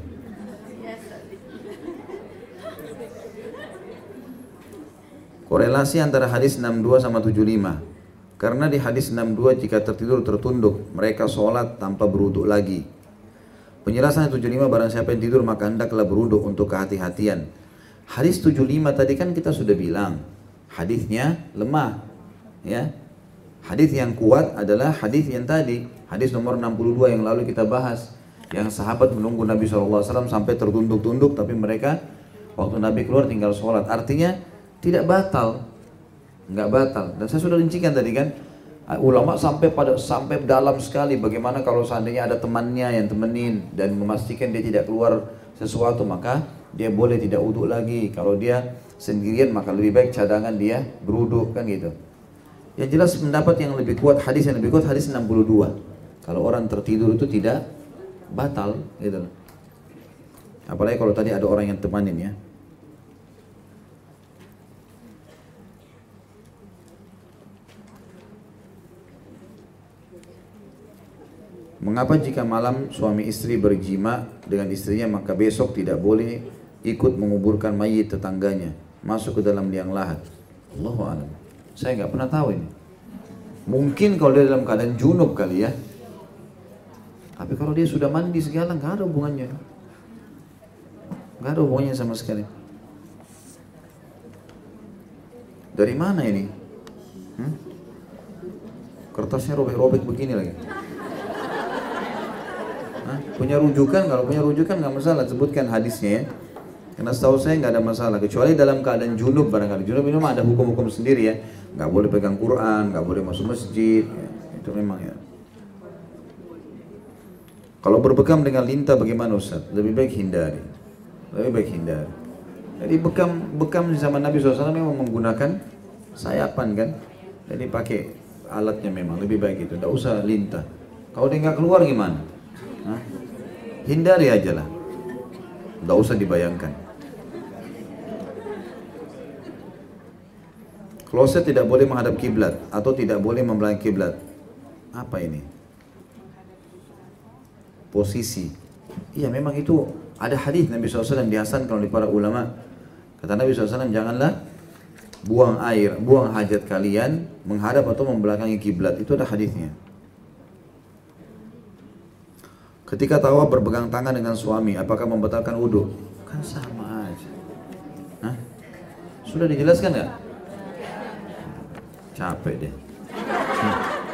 Speaker 1: Korelasi antara hadis enam puluh dua sama tujuh puluh lima. Karena di hadis enam puluh dua jika tertidur tertunduk, mereka sholat tanpa berwuduk lagi. Penjelasan tujuh puluh lima, barang siapa yang tidur maka hendaklah berwuduk untuk kehati-hatian. Hadis tujuh puluh lima tadi kan kita sudah bilang, hadisnya lemah, ya. Hadis yang kuat adalah hadis yang tadi, hadis nomor enam puluh dua yang lalu kita bahas, yang sahabat menunggu Nabi shallallahu alaihi wasallam sampai tertunduk-tunduk, tapi mereka waktu Nabi keluar tinggal sholat. Artinya tidak batal, nggak batal. Dan saya sudah rincikan tadi kan, Ulama sampai pada sampai dalam sekali bagaimana kalau seandainya ada temannya yang temenin dan memastikan dia tidak keluar sesuatu, maka dia boleh tidak wudhu lagi. Kalau dia sendirian maka lebih baik cadangan dia berwudhu, kan gitu. Yang jelas pendapat yang lebih kuat, hadis yang lebih kuat hadis enam puluh dua. Kalau orang tertidur itu tidak batal gitu. Apalagi kalau tadi ada orang yang temanin ya. Mengapa jika malam suami istri berjima dengan istrinya maka besok tidak boleh ikut menguburkan mayit tetangganya masuk ke dalam liang lahat? Allahu a'lam. Saya nggak pernah tahu ini. Mungkin kalau dia dalam keadaan junub kali ya. Tapi kalau dia sudah mandi segala nggak ada hubungannya. Nggak ada hubungannya sama sekali. Dari mana ini? Hmm? Kertasnya robek-robek begini lagi. Hah? Punya rujukan? Kalau punya rujukan nggak masalah, sebutkan hadisnya ya. Karena setahu saya nggak ada masalah, kecuali dalam keadaan junub barangkali. Junub ini memang ada hukum-hukum sendiri ya. Nggak boleh pegang Quran, nggak boleh masuk masjid. Ya. Itu memang ya. Kalau berbekam dengan lintah bagaimana Ustaz? Lebih baik hindari. Lebih baik hindari. Jadi bekam bekam di zaman Nabi shallallahu alaihi wasallam memang menggunakan sayapan kan. Jadi pakai alatnya memang lebih baik itu. Nggak usah lintah. Kalau dia nggak keluar gimana? Hah? Hindari aja lah. Nggak usah dibayangkan. Kloset tidak boleh menghadap kiblat atau tidak boleh membelakangi kiblat. Apa ini? Posisi. Iya memang itu ada hadis Nabi shallallahu alaihi wasallam dihasankan oleh para ulama. Kata Nabi shallallahu alaihi wasallam, janganlah buang air, buang hajat kalian menghadap atau membelakangi kiblat. Itu ada hadisnya. Ketika tawaf berpegang tangan dengan suami, apakah membatalkan wudhu? Kan sama aja. Hah? Sudah dijelaskan nggak? Capek deh. Hmm.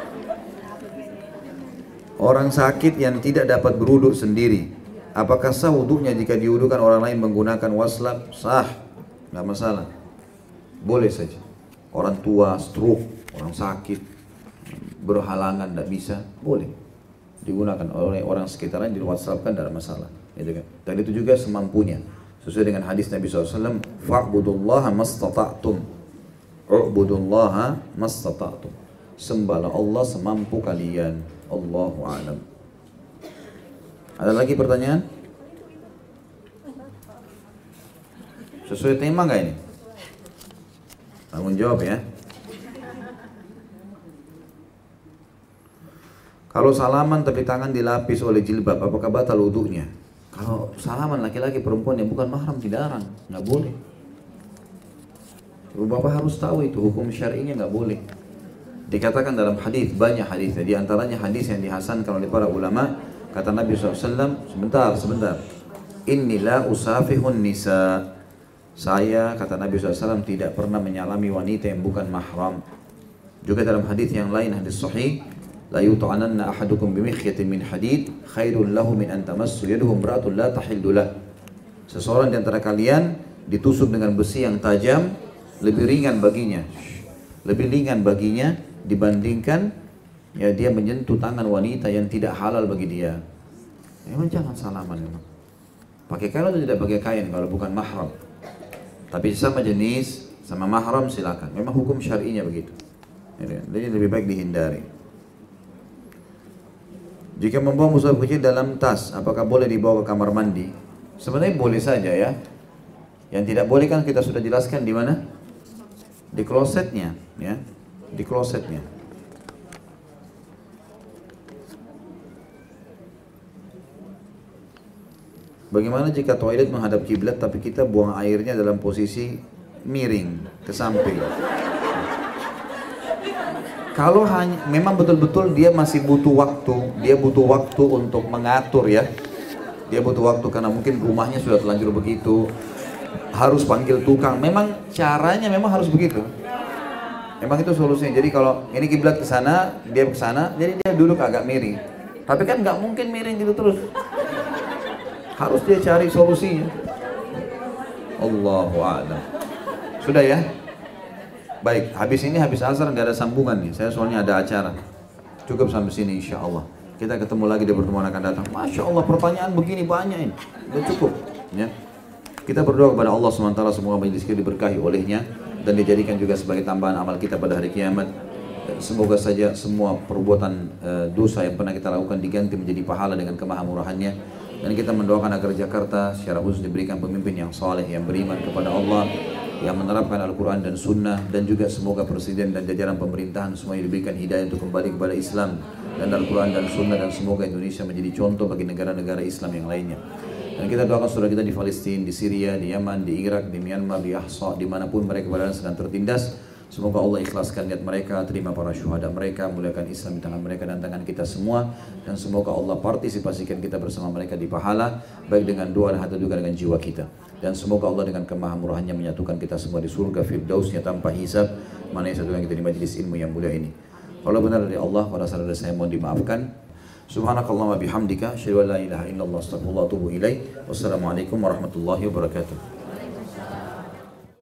Speaker 1: Orang sakit yang tidak dapat berwudhu sendiri, apakah sah wudhunya jika diwudhukan orang lain menggunakan waslab? Sah, nggak masalah. Boleh saja. Orang tua, stroke, orang sakit, berhalangan, tidak bisa, boleh digunakan oleh orang sekitaran, diwaslabkan, tidak ada masalah. Gitu kan? Dan itu juga semampunya. Sesuai dengan hadis Nabi shallallahu alaihi wasallam, fa'budullaha mastata'tum. U'budullaha mastata'tum. Sembahlah Allah semampu kalian. Allahu a'lam. Ada lagi pertanyaan? Sesuai tema nggak ini? Tanggung jawab ya. Kalau salaman tapi tangan dilapis oleh jilbab, apakah batal wudunya? Kalau salaman laki-laki perempuan yang bukan mahram dilarang, nggak boleh. Bapak harus tahu itu hukum syar'inya, nggak boleh. Dikatakan dalam hadis, banyak hadisnya, di antaranya hadis yang dihasankan oleh para ulama. Kata Nabi shallallahu alaihi wasallam, sebentar, sebentar. Inilah usafihun nisa. Saya, kata Nabi shallallahu alaihi wasallam, tidak pernah menyalami wanita yang bukan mahram. Juga dalam hadis yang lain, hadis sahih, la yuta'ananna ahadukum bimikhyatin min hadid khairul lahu min an tamassu yaduhu imra'atun la tahillu lah. Seseorang di antara kalian ditusuk dengan besi yang tajam lebih ringan baginya. Lebih ringan baginya dibandingkan ya dia menyentuh tangan wanita yang tidak halal bagi dia. Memang jangan salaman memang. Pakai kain atau tidak pakai kain kalau bukan mahram. Tapi sama jenis, sama mahram silakan. Memang hukum syar'inya begitu. Jadi lebih baik dihindari. Jika membawa mushaf kecil dalam tas, apakah boleh dibawa ke kamar mandi? Sebenarnya boleh saja ya. Yang tidak boleh kan kita sudah jelaskan di mana? Di klosetnya, ya. Di klosetnya. Bagaimana jika toilet menghadap kiblat tapi kita buang airnya dalam posisi miring ke samping? Kalau hanya memang betul-betul dia masih butuh waktu, dia butuh waktu untuk mengatur ya. Dia butuh waktu karena mungkin rumahnya sudah terlanjur begitu. Harus panggil tukang. Memang caranya memang harus begitu. Memang itu solusinya. Jadi kalau ini kiblat ke sana, dia ke sana, jadi dia duduk agak miring. Tapi kan nggak mungkin miring gitu terus. Harus dia cari solusinya. Allahu a'lam. Sudah ya? Baik, habis ini habis asar nggak ada sambungan nih. Saya soalnya ada acara. Cukup sampai sini insya Allah. Kita ketemu lagi di pertemuan akan datang. Masya Allah pertanyaan begini banyak ini. Udah cukup. Ya. Kita berdoa kepada Allah subhanahu wa taala semoga majelis kita diberkahi olehnya dan dijadikan juga sebagai tambahan amal kita pada hari kiamat. Dan semoga saja semua perbuatan e, dosa yang pernah kita lakukan diganti menjadi pahala dengan kemahamurahannya. Dan kita mendoakan agar Jakarta secara khusus diberikan pemimpin yang saleh, yang beriman kepada Allah, yang menerapkan Al-Quran dan Sunnah, dan juga semoga Presiden dan jajaran pemerintahan semuanya diberikan hidayah untuk kembali kepada Islam dan Al-Quran dan Sunnah, dan semoga Indonesia menjadi contoh bagi negara-negara Islam yang lainnya. Dan kita doakan saudara kita di Palestina, di Syria, di Yaman, di Irak, di Myanmar, di Ahsa, dimanapun mereka berada sedang tertindas. Semoga Allah ikhlaskan niat mereka, terima para syuhada mereka, muliakan Islam di tangan mereka dan tangan kita semua. Dan semoga Allah partisipasikan kita bersama mereka di pahala, baik dengan doa dan hati juga dengan jiwa kita. Dan semoga Allah dengan kemahamurahannya menyatukan kita semua di surga firdausnya tanpa hisab, mana yang satukan kita di majlis ilmu yang mulia ini. Kalau benar dari Allah, pada saat saya mohon dimaafkan. Subhanakallahumma bihamdika, asyhadu an la ilaha illallah, astaghfirullah wa atubu ilaik. Wassalamualaikum warahmatullahi wabarakatuh.